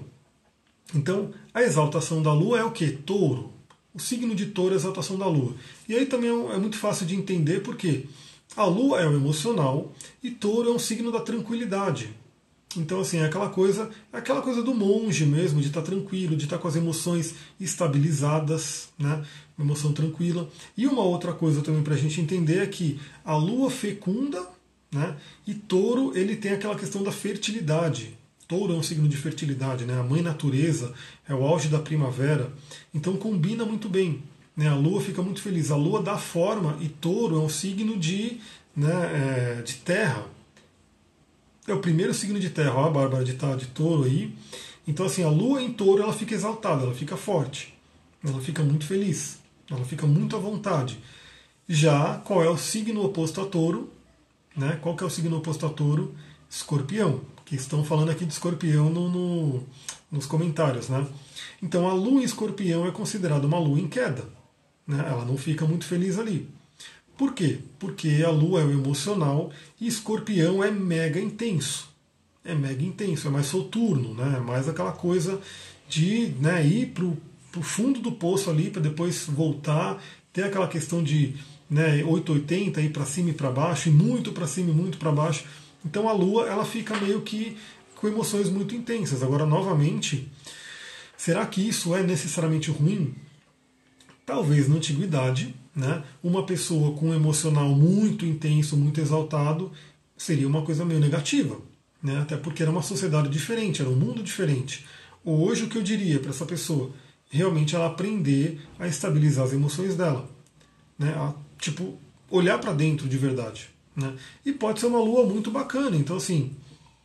Então, a exaltação da Lua é o quê? Touro. O signo de Touro é a exaltação da Lua. E aí também é muito fácil de entender porque a Lua é o emocional e Touro é um signo da tranquilidade. Então, assim, é aquela coisa, é aquela coisa do monge mesmo, de estar tranquilo, de estar com as emoções estabilizadas, né? Uma emoção tranquila. E uma outra coisa também para a gente entender é que a Lua fecunda, né? E Touro, ele tem aquela questão da fertilidade. Touro é um signo de fertilidade, né? A mãe natureza, é o auge da primavera. Então combina muito bem, né? A Lua fica muito feliz. A Lua dá forma e Touro é um signo de, né, é, de terra. É o primeiro signo de terra, ó, a Bárbara de, tá, de Touro aí. Então, assim, a Lua em Touro, ela fica exaltada, ela fica forte, ela fica muito feliz, ela fica muito à vontade. Já, qual é o signo oposto a Touro? Né? Qual que é o signo oposto a Touro? Escorpião, que estão falando aqui de Escorpião no, no, nos comentários, né? Então, a Lua em Escorpião é considerada uma Lua em queda, né? Ela não fica muito feliz ali. Por quê? Porque a Lua é o emocional e Escorpião é mega intenso. É mega intenso, é mais soturno, né? É mais aquela coisa de, né, ir para o fundo do poço ali para depois voltar. Tem aquela questão de, né, oitocentos e oitenta, ir para cima e para baixo, e muito para cima e muito para baixo. Então a Lua ela fica meio que com emoções muito intensas. Agora, novamente, será que isso é necessariamente ruim? Talvez na antiguidade, né, uma pessoa com um emocional muito intenso, muito exaltado, seria uma coisa meio negativa, né, até porque era uma sociedade diferente, era um mundo diferente. Hoje, o que eu diria para essa pessoa? Realmente ela aprender a estabilizar as emoções dela, né, a, tipo, olhar para dentro de verdade. Né, e pode ser uma lua muito bacana, então assim,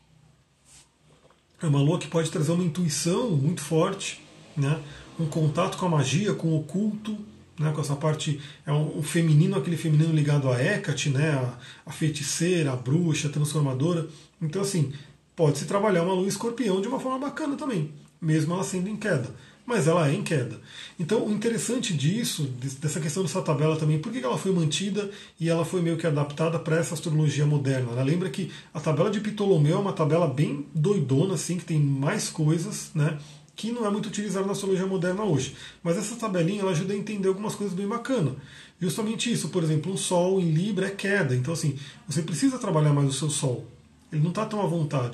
é uma lua que pode trazer uma intuição muito forte, né, um contato com a magia, com o oculto, né, com essa parte, é um, um feminino, aquele feminino ligado a Hecate, né, a, a feiticeira, a bruxa, a transformadora. Então, assim, pode-se trabalhar uma lua escorpião de uma forma bacana também, mesmo ela sendo em queda. Mas ela é em queda. Então, o interessante disso, dessa questão dessa tabela também, por que ela foi mantida e ela foi meio que adaptada para essa astrologia moderna? Né? Lembra que a tabela de Ptolomeu é uma tabela bem doidona, assim, que tem mais coisas, né? Que não é muito utilizado na astrologia moderna hoje. Mas essa tabelinha ela ajuda a entender algumas coisas bem bacanas. Justamente isso, por exemplo, um Sol em Libra é queda. Então, assim, você precisa trabalhar mais o seu Sol. Ele não está tão à vontade.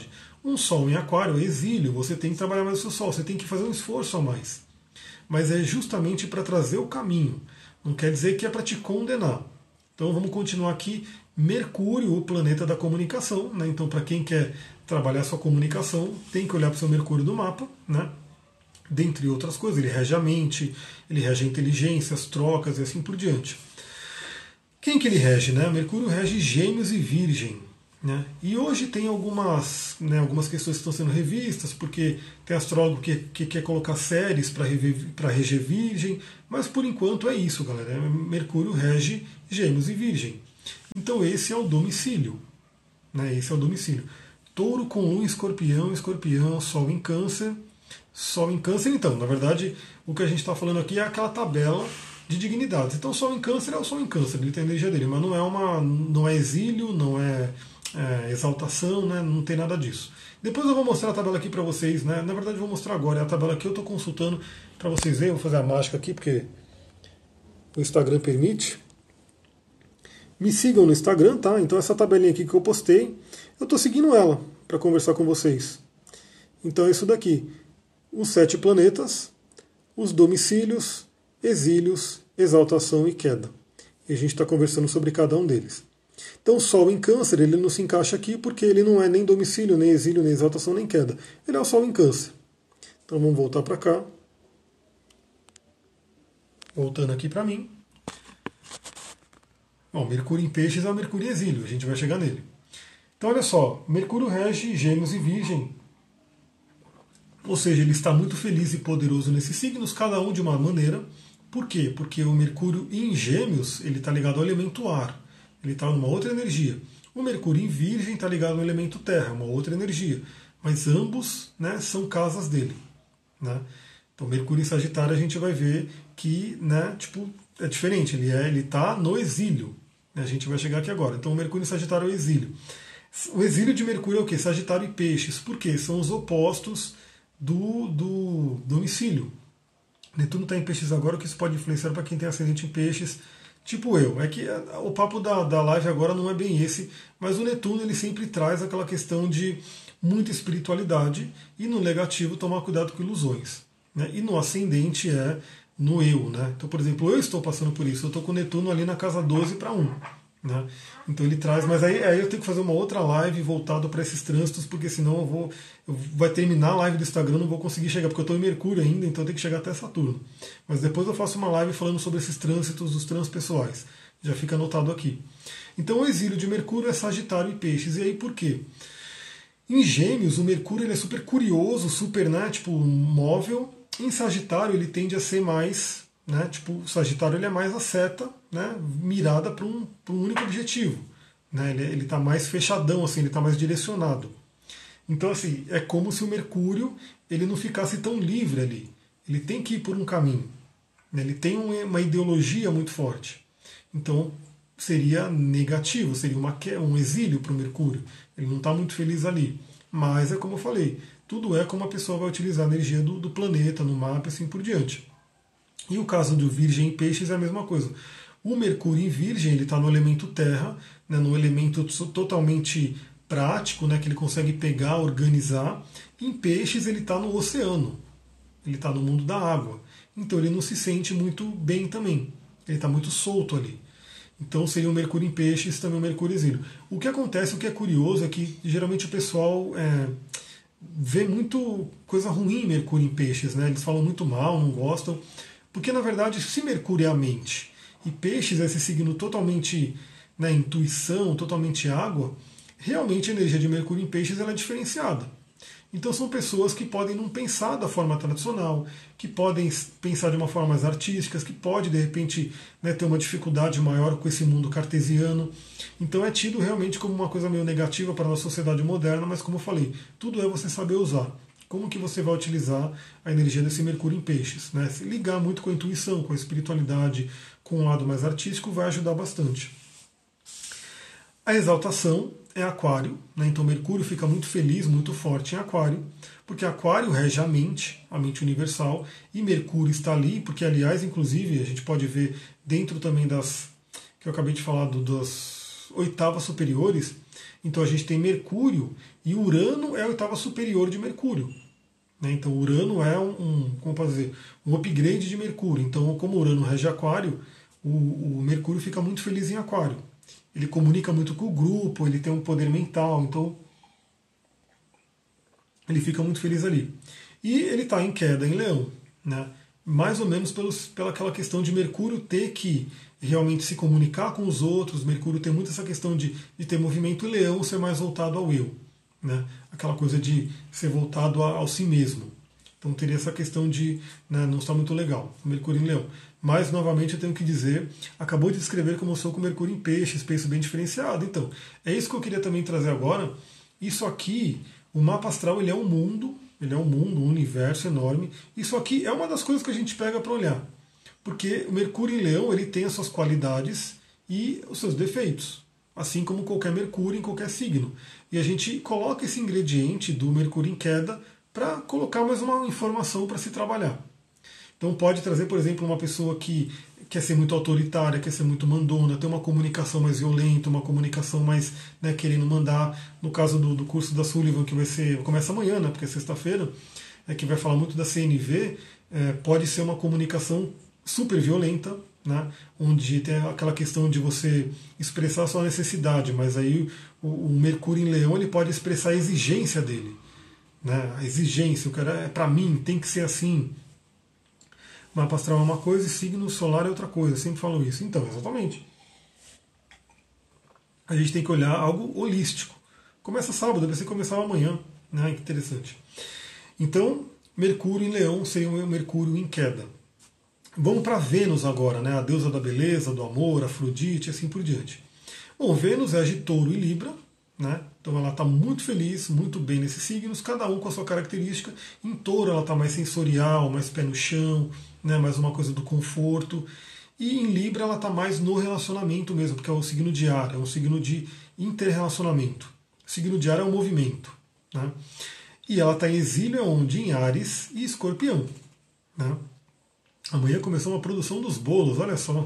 Um Sol em Aquário é exílio, você tem que trabalhar mais o seu Sol, você tem que fazer um esforço a mais. Mas é justamente para trazer o caminho, não quer dizer que é para te condenar. Então vamos continuar aqui. Mercúrio, o planeta da comunicação, né? Então para quem quer trabalhar sua comunicação, tem que olhar para o seu Mercúrio do mapa, né? Dentre outras coisas, ele rege a mente, ele rege a inteligência, as trocas e assim por diante. Quem que ele rege, né? Mercúrio rege Gêmeos e Virgem, né? E hoje tem algumas, né, algumas questões que estão sendo revistas, porque tem astrólogo que, que quer colocar séries para reger Virgem, mas por enquanto é isso, galera. Mercúrio rege Gêmeos e Virgem. Então esse é o domicílio, né? Esse é o domicílio. Touro com Lua em Escorpião, Escorpião, Sol em Câncer, Sol em Câncer. Então, na verdade, o que a gente está falando aqui é aquela tabela de dignidades. Então, Sol em Câncer é o Sol em Câncer, ele tem a energia dele, mas não é uma, não é exílio, não é, é exaltação, né? Não tem nada disso. Depois eu vou mostrar a tabela aqui para vocês, né? Na verdade, eu vou mostrar agora, é a tabela que eu estou consultando para vocês verem. Vou fazer a mágica aqui porque o Instagram permite. Me sigam no Instagram, tá? Então essa tabelinha aqui que eu postei, eu estou seguindo ela para conversar com vocês. Então é isso daqui. Os sete planetas, os domicílios, exílios, exaltação e queda. E a gente está conversando sobre cada um deles. Então o Sol em Câncer, ele não se encaixa aqui porque ele não é nem domicílio, nem exílio, nem exaltação, nem queda. Ele é o Sol em Câncer. Então vamos voltar para cá. Voltando aqui para mim. Bom, Mercúrio em Peixes é o Mercúrio em exílio, a gente vai chegar nele. Então olha só, Mercúrio rege Gêmeos e Virgem. Ou seja, ele está muito feliz e poderoso nesses signos, cada um de uma maneira. Por quê? Porque o Mercúrio em Gêmeos ele está ligado ao elemento ar, ele está numa outra energia. O Mercúrio em Virgem está ligado ao elemento terra, uma outra energia. Mas ambos, né, são casas dele. Né? Então, Mercúrio em Sagitário a gente vai ver que, né, tipo, é diferente, ele é, ele está no exílio. A gente vai chegar aqui agora. Então, o Mercúrio em Sagitário é o exílio. O exílio de Mercúrio é o quê? Sagitário e Peixes. Por quê? São os opostos do, do domicílio. Netuno está em Peixes agora, o que isso pode influenciar para quem tem ascendente em Peixes, tipo eu. É que o papo da, da live agora não é bem esse, mas o Netuno ele sempre traz aquela questão de muita espiritualidade e no negativo tomar cuidado com ilusões. Né? E no ascendente é no eu. Né? Então, por exemplo, eu estou passando por isso, eu estou com o Netuno ali na casa doze para um. Né? Então ele traz, mas aí, aí eu tenho que fazer uma outra live voltada para esses trânsitos, porque senão eu vou. Eu, vai terminar a live do Instagram, não vou conseguir chegar, porque eu estou em Mercúrio ainda, então eu tenho que chegar até Saturno. Mas depois eu faço uma live falando sobre esses trânsitos dos transpessoais. Já fica anotado aqui. Então o exílio de Mercúrio é Sagitário e Peixes. E aí por quê? Em Gêmeos, o Mercúrio ele é super curioso, super, né, tipo, móvel. Em Sagitário ele tende a ser mais, né, tipo, o Sagitário ele é mais a seta, né, mirada para um, para um único objetivo. Né, ele está mais fechadão, assim, ele está mais direcionado. Então, assim, é como se o Mercúrio ele não ficasse tão livre ali. Ele tem que ir por um caminho. Né, ele tem uma ideologia muito forte. Então, seria negativo, seria uma, um exílio para o Mercúrio. Ele não está muito feliz ali. Mas é como eu falei, tudo é como a pessoa vai utilizar a energia do, do planeta, no mapa e assim por diante. E o caso do Virgem e Peixes é a mesma coisa. O Mercúrio em Virgem ele está no elemento terra, né, no elemento totalmente prático, né, que ele consegue pegar, organizar. Em Peixes ele está no oceano, ele está no mundo da água. Então ele não se sente muito bem também. Ele está muito solto ali. Então seria o Mercúrio em Peixes, também o Mercúrio exílio. O que acontece, o que é curioso, é que geralmente o pessoal é, vê muito coisa ruim em Mercúrio em Peixes. Né? Eles falam muito mal, não gostam. Porque na verdade, se Mercúrio é a mente e Peixes é esse signo totalmente, né, intuição, totalmente água, realmente a energia de Mercúrio em Peixes ela é diferenciada. Então são pessoas que podem não pensar da forma tradicional, que podem pensar de uma forma mais artística, que pode de repente, né, ter uma dificuldade maior com esse mundo cartesiano. Então é tido realmente como uma coisa meio negativa para a nossa sociedade moderna, mas como eu falei, tudo é você saber usar. Como que você vai utilizar a energia desse Mercúrio em Peixes? Né? Se ligar muito com a intuição, com a espiritualidade, com o lado mais artístico, vai ajudar bastante. A exaltação é Aquário, né? Então Mercúrio fica muito feliz, muito forte em Aquário, porque Aquário rege a mente, a mente universal, e Mercúrio está ali, porque aliás, inclusive, a gente pode ver dentro também das, que eu acabei de falar, do, das, oitavas superiores. Então a gente tem Mercúrio e Urano é a oitava superior de Mercúrio. Né? Então Urano é um, um, como posso dizer, um upgrade de Mercúrio. Então, como Urano rege Aquário, o, o Mercúrio fica muito feliz em Aquário. Ele comunica muito com o grupo, ele tem um poder mental, então ele fica muito feliz ali. E ele está em queda em Leão, né? Mais ou menos pelos, pela aquela questão de Mercúrio ter que realmente se comunicar com os outros, Mercúrio tem muito essa questão de, de ter movimento, e Leão ser mais voltado ao eu, né? Aquela coisa de ser voltado a, ao si mesmo. Então teria essa questão de, né, não está muito legal, Mercúrio em Leão. Mas, novamente, eu tenho que dizer, acabou de descrever como eu sou com Mercúrio em Peixes, penso bem diferenciado. Então, é isso que eu queria também trazer agora. Isso aqui, o mapa astral, ele é um mundo, ele é um mundo, um universo enorme. Isso aqui é uma das coisas que a gente pega para olhar. Porque o Mercúrio em Leão, ele tem as suas qualidades e os seus defeitos. Assim como qualquer Mercúrio em qualquer signo. E a gente coloca esse ingrediente do Mercúrio em queda para colocar mais uma informação para se trabalhar. Então pode trazer, por exemplo, uma pessoa que quer ser muito autoritária, quer ser muito mandona, ter uma comunicação mais violenta, uma comunicação mais, né, querendo mandar. No caso do, do curso da Sullivan, que vai ser, começa amanhã, né, porque é sexta-feira, é, que vai falar muito da C N V, é, pode ser uma comunicação super violenta, né, onde tem aquela questão de você expressar a sua necessidade, mas aí o, o Mercúrio em Leão ele pode expressar a exigência dele. Né, a exigência, o cara é para mim, tem que ser assim. Mapa astral é uma coisa e signo solar é outra coisa. Eu sempre falo isso. Então, exatamente. A gente tem que olhar algo holístico. Começa sábado, deve ser começar amanhã. Né? Que interessante. Então, Mercúrio em Leão seria o Mercúrio em queda. Vamos para Vênus agora, né? A deusa da beleza, do amor, Afrodite, assim por diante. Bom, Vênus é de Touro e Libra. Né? Então ela está muito feliz, muito bem nesses signos, cada um com a sua característica. Em Touro ela está mais sensorial, mais pé no chão, né? Mais uma coisa do conforto. E em Libra ela está mais no relacionamento mesmo, porque é um signo de ar, é um signo de interrelacionamento. O signo de ar é um movimento. Né? E ela está em exílio onde? Em Áries e Escorpião. Né? Amanhã começou uma produção dos bolos, olha só.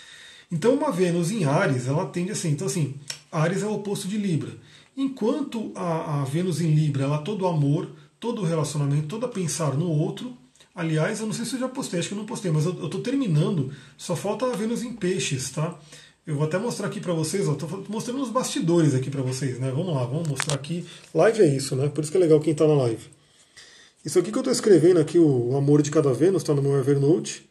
Então uma Vênus em Áries, ela tende assim, então assim, Áries é o oposto de Libra. Enquanto a, a Vênus em Libra, ela todo amor, todo relacionamento, todo a pensar no outro. Aliás, eu não sei se eu já postei, acho que eu não postei, mas eu estou terminando, só falta a Vênus em Peixes, tá? Eu vou até mostrar aqui para vocês, estou mostrando os bastidores aqui para vocês, né? Vamos lá, vamos mostrar aqui. Live é isso, né? Por isso que é legal quem está na live. Isso aqui que eu estou escrevendo aqui, o amor de cada Vênus, está no meu Evernote.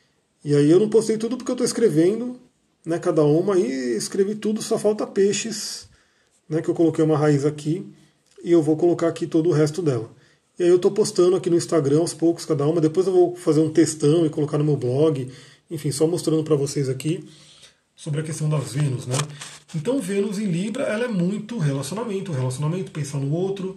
E aí eu não postei tudo porque eu estou escrevendo, né, cada uma, e escrevi tudo, só falta Peixes, né, que eu coloquei uma raiz aqui, e eu vou colocar aqui todo o resto dela. E aí eu estou postando aqui no Instagram aos poucos cada uma, depois eu vou fazer um textão e colocar no meu blog, enfim, só mostrando para vocês aqui sobre a questão das Vênus, né. Então Vênus em Libra, ela é muito relacionamento, relacionamento, pensar no outro.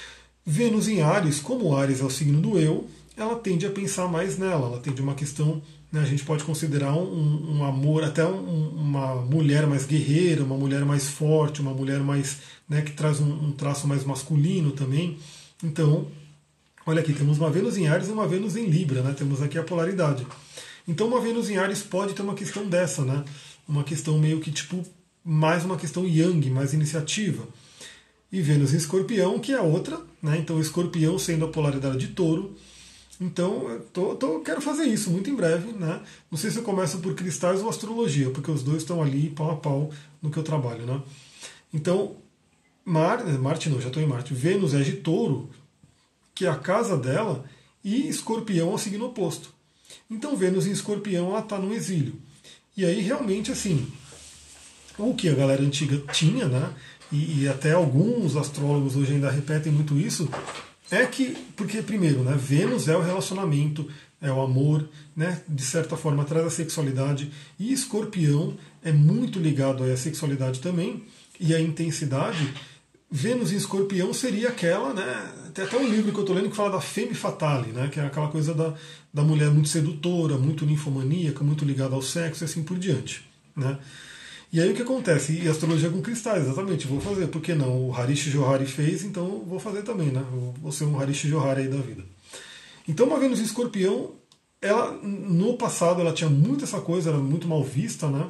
Vênus em Áries, como Áries é o signo do eu, ela tende a pensar mais nela, ela tende a uma questão, né, a gente pode considerar um, um amor, até um, uma mulher mais guerreira, uma mulher mais forte, uma mulher mais, né, que traz um, um traço mais masculino também. Então, olha aqui, temos uma Vênus em Áries e uma Vênus em Libra, né, temos aqui a polaridade. Então uma Vênus em Áries pode ter uma questão dessa, né, uma questão meio que tipo, mais uma questão yang, mais iniciativa. E Vênus em Escorpião, que é outra, né, então o Escorpião sendo a polaridade de Touro. Então, eu tô, tô, quero fazer isso muito em breve. Né? Não sei se eu começo por cristais ou astrologia, porque os dois estão ali pau a pau no que eu trabalho. Né? Então, Mar, Marte não, já estou em Marte. Vênus é de Touro, que é a casa dela, e Escorpião é o signo oposto. Então, Vênus em Escorpião ela está no exílio. E aí, realmente, assim, o que a galera antiga tinha, né? e, e até alguns astrólogos hoje ainda repetem muito isso, é que, porque primeiro, né, Vênus é o relacionamento, é o amor, né, de certa forma traz a sexualidade, e Escorpião é muito ligado à sexualidade também, e à intensidade. Vênus em Escorpião seria aquela, né, tem até um livro que eu estou lendo que fala da femme fatale, né, que é aquela coisa da, da mulher muito sedutora, muito ninfomaníaca, muito ligada ao sexo e assim por diante. Né. E aí o que acontece? E astrologia com cristais, exatamente, vou fazer, por que não? O Harish Johari fez, então vou fazer também, né? Vou ser um Harish Johari aí da vida. Então uma Vênus em Escorpião, ela, no passado ela tinha muito essa coisa, era muito mal vista, né?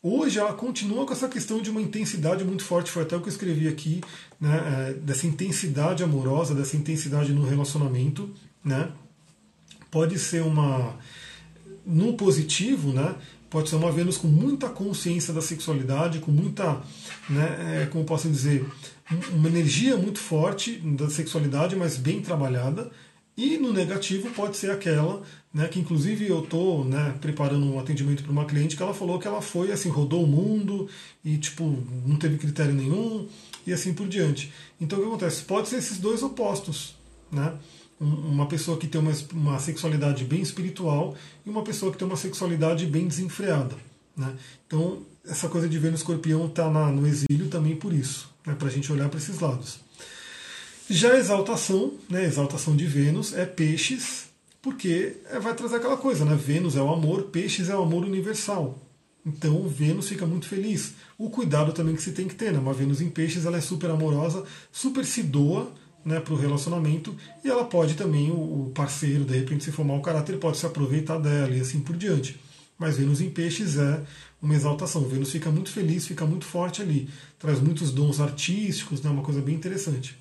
Hoje ela continua com essa questão de uma intensidade muito forte, foi até o que eu escrevi aqui, né, dessa intensidade amorosa, dessa intensidade no relacionamento, né? Pode ser uma, no positivo, né? Pode ser uma Vênus com muita consciência da sexualidade, com muita, né, é, como posso dizer, uma energia muito forte da sexualidade, mas bem trabalhada. E no negativo pode ser aquela, né, que inclusive eu estou, né, preparando um atendimento para uma cliente que ela falou que ela foi, assim, rodou o mundo e tipo, não teve critério nenhum e assim por diante. Então o que acontece? Pode ser esses dois opostos, né? Uma pessoa que tem uma, uma sexualidade bem espiritual e uma pessoa que tem uma sexualidade bem desenfreada, né? Então essa coisa de Vênus Escorpião está no exílio também por isso, né, para a gente olhar para esses lados. Já a exaltação, né, exaltação de Vênus é peixes, porque vai trazer aquela coisa, né? Vênus é o amor, peixes é o amor universal. Então Vênus fica muito feliz. O cuidado também que se tem que ter, né? Uma Vênus em peixes, ela é super amorosa, super se doa, né, para o relacionamento, e ela pode também, o parceiro, de repente, se for mau caráter, pode se aproveitar dela e assim por diante. Mas Vênus em peixes é uma exaltação. Vênus fica muito feliz, fica muito forte ali, traz muitos dons artísticos, né, uma coisa bem interessante.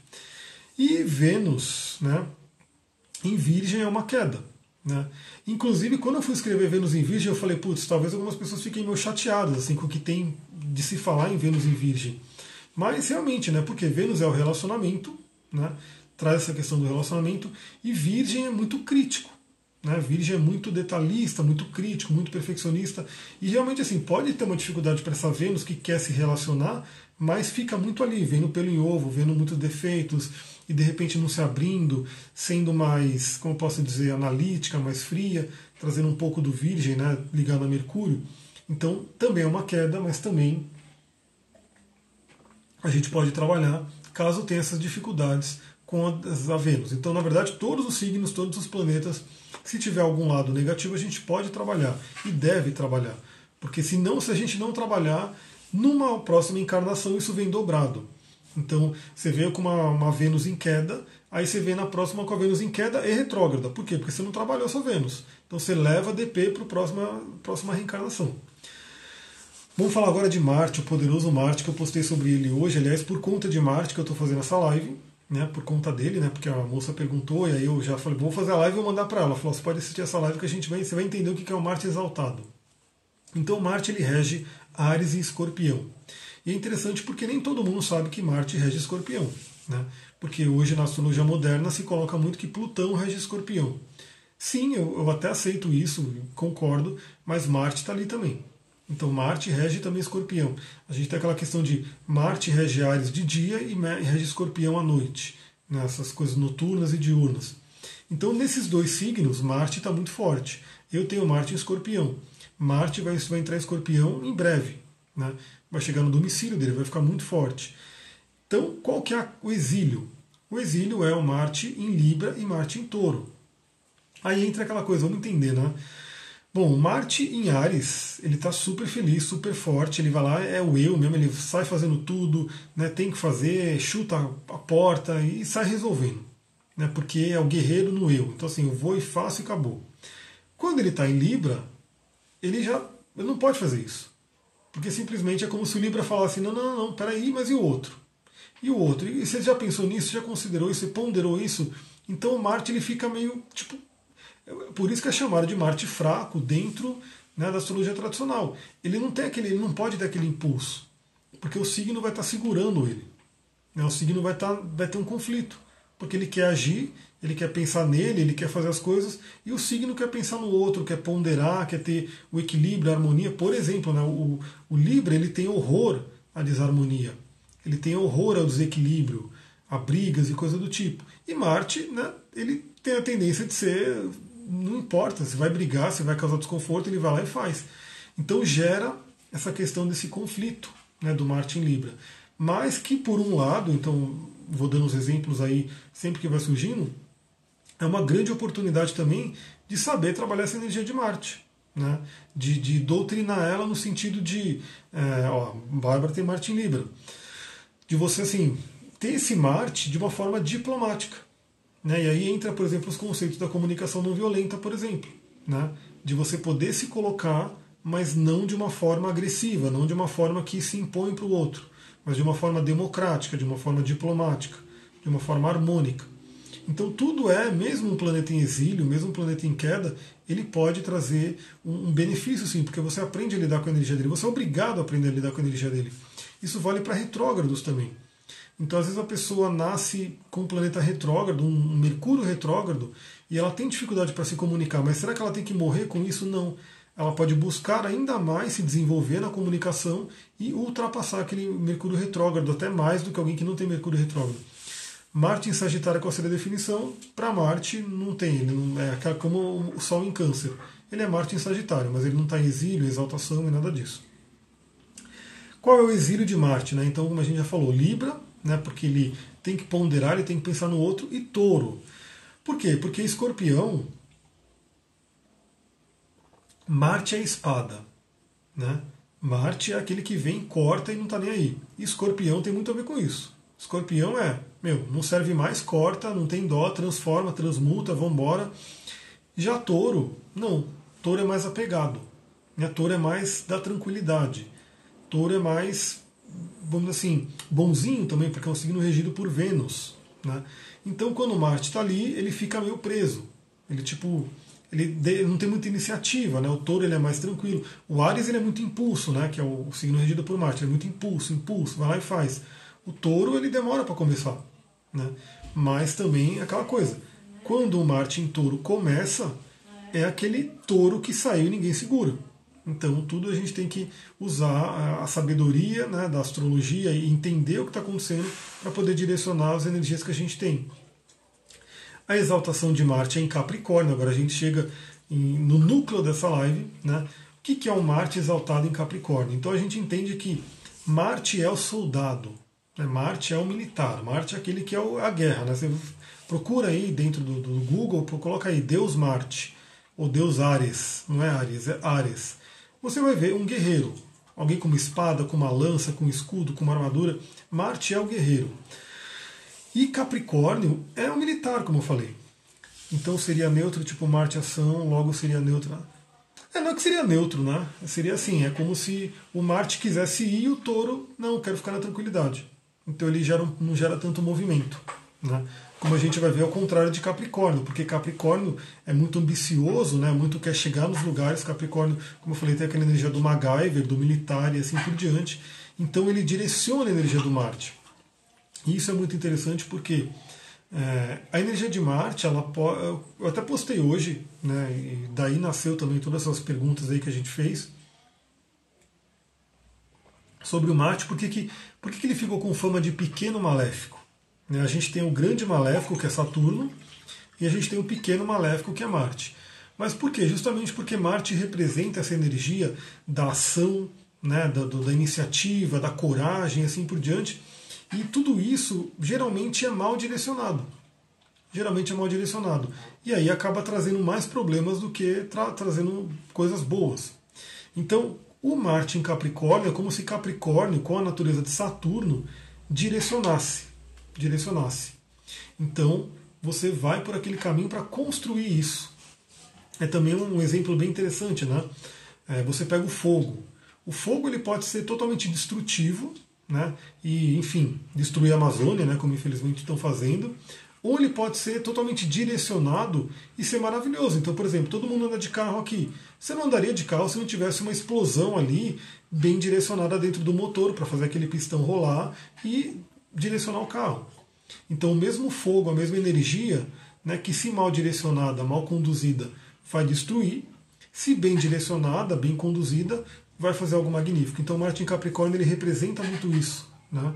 E Vênus, né, em Virgem é uma queda, né? Inclusive, quando eu fui escrever Vênus em Virgem, eu falei, putz, talvez algumas pessoas fiquem meio chateadas assim, com o que tem de se falar em Vênus em Virgem. Mas realmente, né, porque Vênus é o relacionamento, né, traz essa questão do relacionamento, e Virgem é muito crítico. Né? Virgem é muito detalhista, muito crítico, muito perfeccionista. E realmente assim, pode ter uma dificuldade para essa Vênus que quer se relacionar, mas fica muito ali, vendo pelo em ovo, vendo muitos defeitos, e de repente não se abrindo, sendo mais, como posso dizer, analítica, mais fria, trazendo um pouco do Virgem, né, ligado a Mercúrio. Então também é uma queda, mas também a gente pode trabalhar caso tenha essas dificuldades com a Vênus. Então, na verdade, todos os signos, todos os planetas, se tiver algum lado negativo, a gente pode trabalhar e deve trabalhar. Porque se, não, se a gente não trabalhar, numa próxima encarnação isso vem dobrado. Então, você vê com uma, uma Vênus em queda, aí você vê na próxima com a Vênus em queda e retrógrada. Por quê? Porque você não trabalhou a sua Vênus. Então, você leva D P para a próxima, próxima reencarnação. Vamos falar agora de Marte, o poderoso Marte, que eu postei sobre ele hoje. Aliás, por conta de Marte que eu estou fazendo essa live, né, por conta dele, né, porque a moça perguntou, e aí eu já falei, vou fazer a live e vou mandar para ela. Ela falou, você pode assistir essa live que a gente vai, você vai entender o que é o Marte exaltado. Então Marte ele rege Áries e Escorpião. E é interessante porque nem todo mundo sabe que Marte rege Escorpião, né? Porque hoje na astrologia moderna se coloca muito que Plutão rege Escorpião. Sim, eu, eu até aceito isso, concordo, mas Marte está ali também. Então Marte rege também Escorpião. A gente tem aquela questão de Marte rege Áries de dia e rege Escorpião à noite, né? Essas coisas noturnas e diurnas. Então nesses dois signos, Marte está muito forte. Eu tenho Marte em Escorpião. Marte vai, vai entrar em Escorpião em breve, né? Vai chegar no domicílio dele, vai ficar muito forte. Então qual que é o exílio? O exílio é o Marte em Libra e Marte em Touro. Aí entra aquela coisa, vamos entender, né? Bom, Marte em Áries, ele está super feliz, super forte, ele vai lá, é o eu mesmo, ele sai fazendo tudo, né, tem que fazer, chuta a porta e sai resolvendo, né, porque é o guerreiro no eu. Então assim, eu vou e faço e acabou. Quando ele está em Libra, ele já ele não pode fazer isso, porque simplesmente é como se o Libra falasse, não, não, não, peraí, mas e o outro? E o outro? E você já pensou nisso, já considerou isso, você ponderou isso? Então o Marte ele fica meio, tipo, por isso que é chamado de Marte fraco dentro, né, da astrologia tradicional. Ele não tem aquele, ele não pode ter aquele impulso, porque o signo vai estar segurando ele. Né, o signo vai, estar, vai ter um conflito, porque ele quer agir, ele quer pensar nele, ele quer fazer as coisas, e o signo quer pensar no outro, quer ponderar, quer ter o equilíbrio, a harmonia. Por exemplo, né, o, o Libra ele tem horror à desarmonia, ele tem horror ao desequilíbrio, a brigas e coisa do tipo. E Marte, né, ele tem a tendência de ser, não importa, se vai brigar, se vai causar desconforto, ele vai lá e faz. Então gera essa questão desse conflito, né, do Marte em Libra. Mas que por um lado, então vou dando os exemplos aí sempre que vai surgindo, é uma grande oportunidade também de saber trabalhar essa energia de Marte. Né, de, de doutrinar ela no sentido de, é, ó, Bárbara tem Marte em Libra, de você assim, ter esse Marte de uma forma diplomática. Né? E aí entra, por exemplo, os conceitos da comunicação não violenta, por exemplo. Né? De você poder se colocar mas não de uma forma agressiva, não de uma forma que se impõe para o outro, mas de uma forma democrática, de uma forma diplomática, de uma forma harmônica. Então tudo é, mesmo um planeta em exílio, mesmo um planeta em queda, ele pode trazer um benefício sim, porque você aprende a lidar com a energia dele, você é obrigado a aprender a lidar com a energia dele. Isso vale para retrógrados também. Então às vezes a pessoa nasce com um planeta retrógrado, um Mercúrio retrógrado, e ela tem dificuldade para se comunicar, mas será que ela tem que morrer com isso? Não. Ela pode buscar ainda mais se desenvolver na comunicação e ultrapassar aquele Mercúrio retrógrado, até mais do que alguém que não tem Mercúrio retrógrado. Marte em Sagitário, qual seria a definição? Para Marte não tem, ele não é como o Sol em Câncer. Ele é Marte em Sagitário, mas ele não está em exílio, exaltação e nada disso. Qual é o exílio de Marte? Né? Então, como a gente já falou, Libra, né, porque ele tem que ponderar, ele tem que pensar no outro, e Touro. Por quê? Porque Escorpião, Marte é espada. Né? Marte é aquele que vem, corta e não está nem aí. E Escorpião tem muito a ver com isso. Escorpião é, meu, não serve mais, corta, não tem dó, transforma, transmuta, vambora. Já Touro, não. Touro é mais apegado. Né? Touro é mais da tranquilidade. Touro é mais, vamos dizer assim, bonzinho também, porque é um signo regido por Vênus. Né? Então, quando Marte está ali, ele fica meio preso. Ele, tipo, ele não tem muita iniciativa. Né? O Touro ele é mais tranquilo. O Áries ele é muito impulso, né? Que é o signo regido por Marte. Ele é muito impulso, impulso, vai lá e faz. O Touro ele demora para começar, né? Mas também é aquela coisa, quando o Marte em Touro começa, é aquele touro que saiu e ninguém segura. Então tudo a gente tem que usar a sabedoria, né, da astrologia e entender o que está acontecendo para poder direcionar as energias que a gente tem. A exaltação de Marte é em Capricórnio, agora a gente chega em, no núcleo dessa live, né? O que, que é o Marte exaltado em Capricórnio? Então a gente entende que Marte é o soldado. Marte é o militar, Marte é aquele que é a guerra. Né? Você procura aí dentro do, do Google, coloca aí Deus Marte, ou Deus Ares, não é Ares, é Ares. Você vai ver um guerreiro, alguém com uma espada, com uma lança, com um escudo, com uma armadura. Marte é o guerreiro. E Capricórnio é o militar, como eu falei. Então seria neutro, tipo Marte ação, logo seria neutro. É, não é que seria neutro, né? Seria assim, é como se o Marte quisesse ir e o Touro, não, quero ficar na tranquilidade. Então ele gera, não gera tanto movimento. Né? Como a gente vai ver ao contrário de Capricórnio, porque Capricórnio é muito ambicioso, né? Muito quer chegar nos lugares. Capricórnio, como eu falei, tem aquela energia do MacGyver, do militar e assim por diante. Então ele direciona a energia do Marte. E isso é muito interessante porque é, a energia de Marte, ela pode, eu até postei hoje, né? E daí nasceu também todas essas perguntas aí que a gente fez sobre o Marte, por que, que, por que, que ele ficou com fama de pequeno maléfico? Né? A gente tem o grande maléfico, que é Saturno, e a gente tem o pequeno maléfico, que é Marte. Mas por quê? Justamente porque Marte representa essa energia da ação, né, da, da iniciativa, da coragem, assim por diante, e tudo isso geralmente é mal direcionado. Geralmente é mal direcionado. E aí acaba trazendo mais problemas do que tra trazendo coisas boas. Então, o Marte em Capricórnio é como se Capricórnio, com a natureza de Saturno, direcionasse. direcionasse. Então, você vai por aquele caminho para construir isso. É também um exemplo bem interessante, né? É, você pega o fogo. O fogo ele pode ser totalmente destrutivo, né? E, enfim, destruir a Amazônia, né? Como infelizmente estão fazendo. Ou ele pode ser totalmente direcionado e ser maravilhoso. Então, por exemplo, todo mundo anda de carro aqui. Você não andaria de carro se não tivesse uma explosão ali bem direcionada dentro do motor para fazer aquele pistão rolar e direcionar o carro. Então, o mesmo fogo, a mesma energia, né, que se mal direcionada, mal conduzida, vai destruir, se bem direcionada, bem conduzida, vai fazer algo magnífico. Então, Marte em Capricórnio ele representa muito isso, né?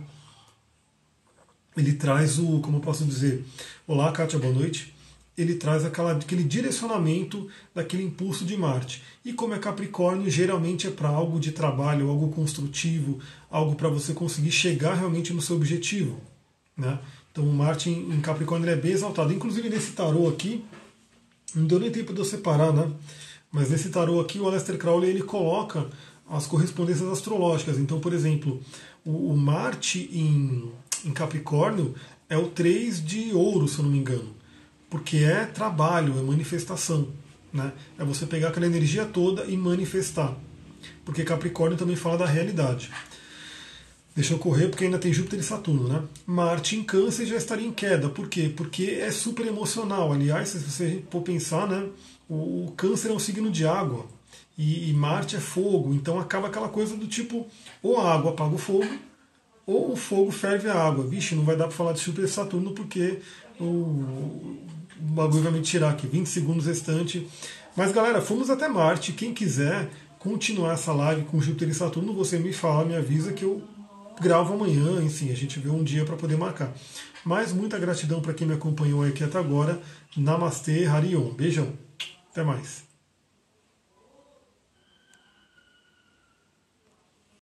Ele traz o, como eu posso dizer, olá Kátia, boa noite. Ele traz aquela, aquele direcionamento daquele impulso de Marte. E como é Capricórnio, geralmente é para algo de trabalho, algo construtivo, algo para você conseguir chegar realmente no seu objetivo. Né? Então o Marte em Capricórnio ele é bem exaltado. Inclusive nesse tarô aqui, não deu nem tempo de eu separar, né? Mas nesse tarô aqui o Aleister Crowley ele coloca as correspondências astrológicas. Então, por exemplo, o, o Marte em, em Capricórnio é o três de ouro, se eu não me engano. Porque é trabalho, é manifestação. Né? É você pegar aquela energia toda e manifestar. porque Capricórnio também fala da realidade. Deixa eu correr porque ainda tem Júpiter e Saturno, né? Marte em Câncer já estaria em queda. Por quê? Porque é super emocional. Aliás, se você for pensar, né? O, o Câncer é um signo de água e, e Marte é fogo. Então acaba aquela coisa do tipo, ou a água apaga o fogo, ou o fogo ferve a água. Vixe, não vai dar para falar de Júpiter e Saturno porque o, o bagulho vai me tirar aqui, vinte segundos restante. Mas galera, fomos até Marte. Quem quiser continuar essa live com Júpiter e Saturno, você me fala, me avisa que eu gravo amanhã, enfim, a gente vê um dia para poder marcar. Mas muita gratidão para quem me acompanhou aqui até agora. Namastê, Harion. Beijão. Até mais.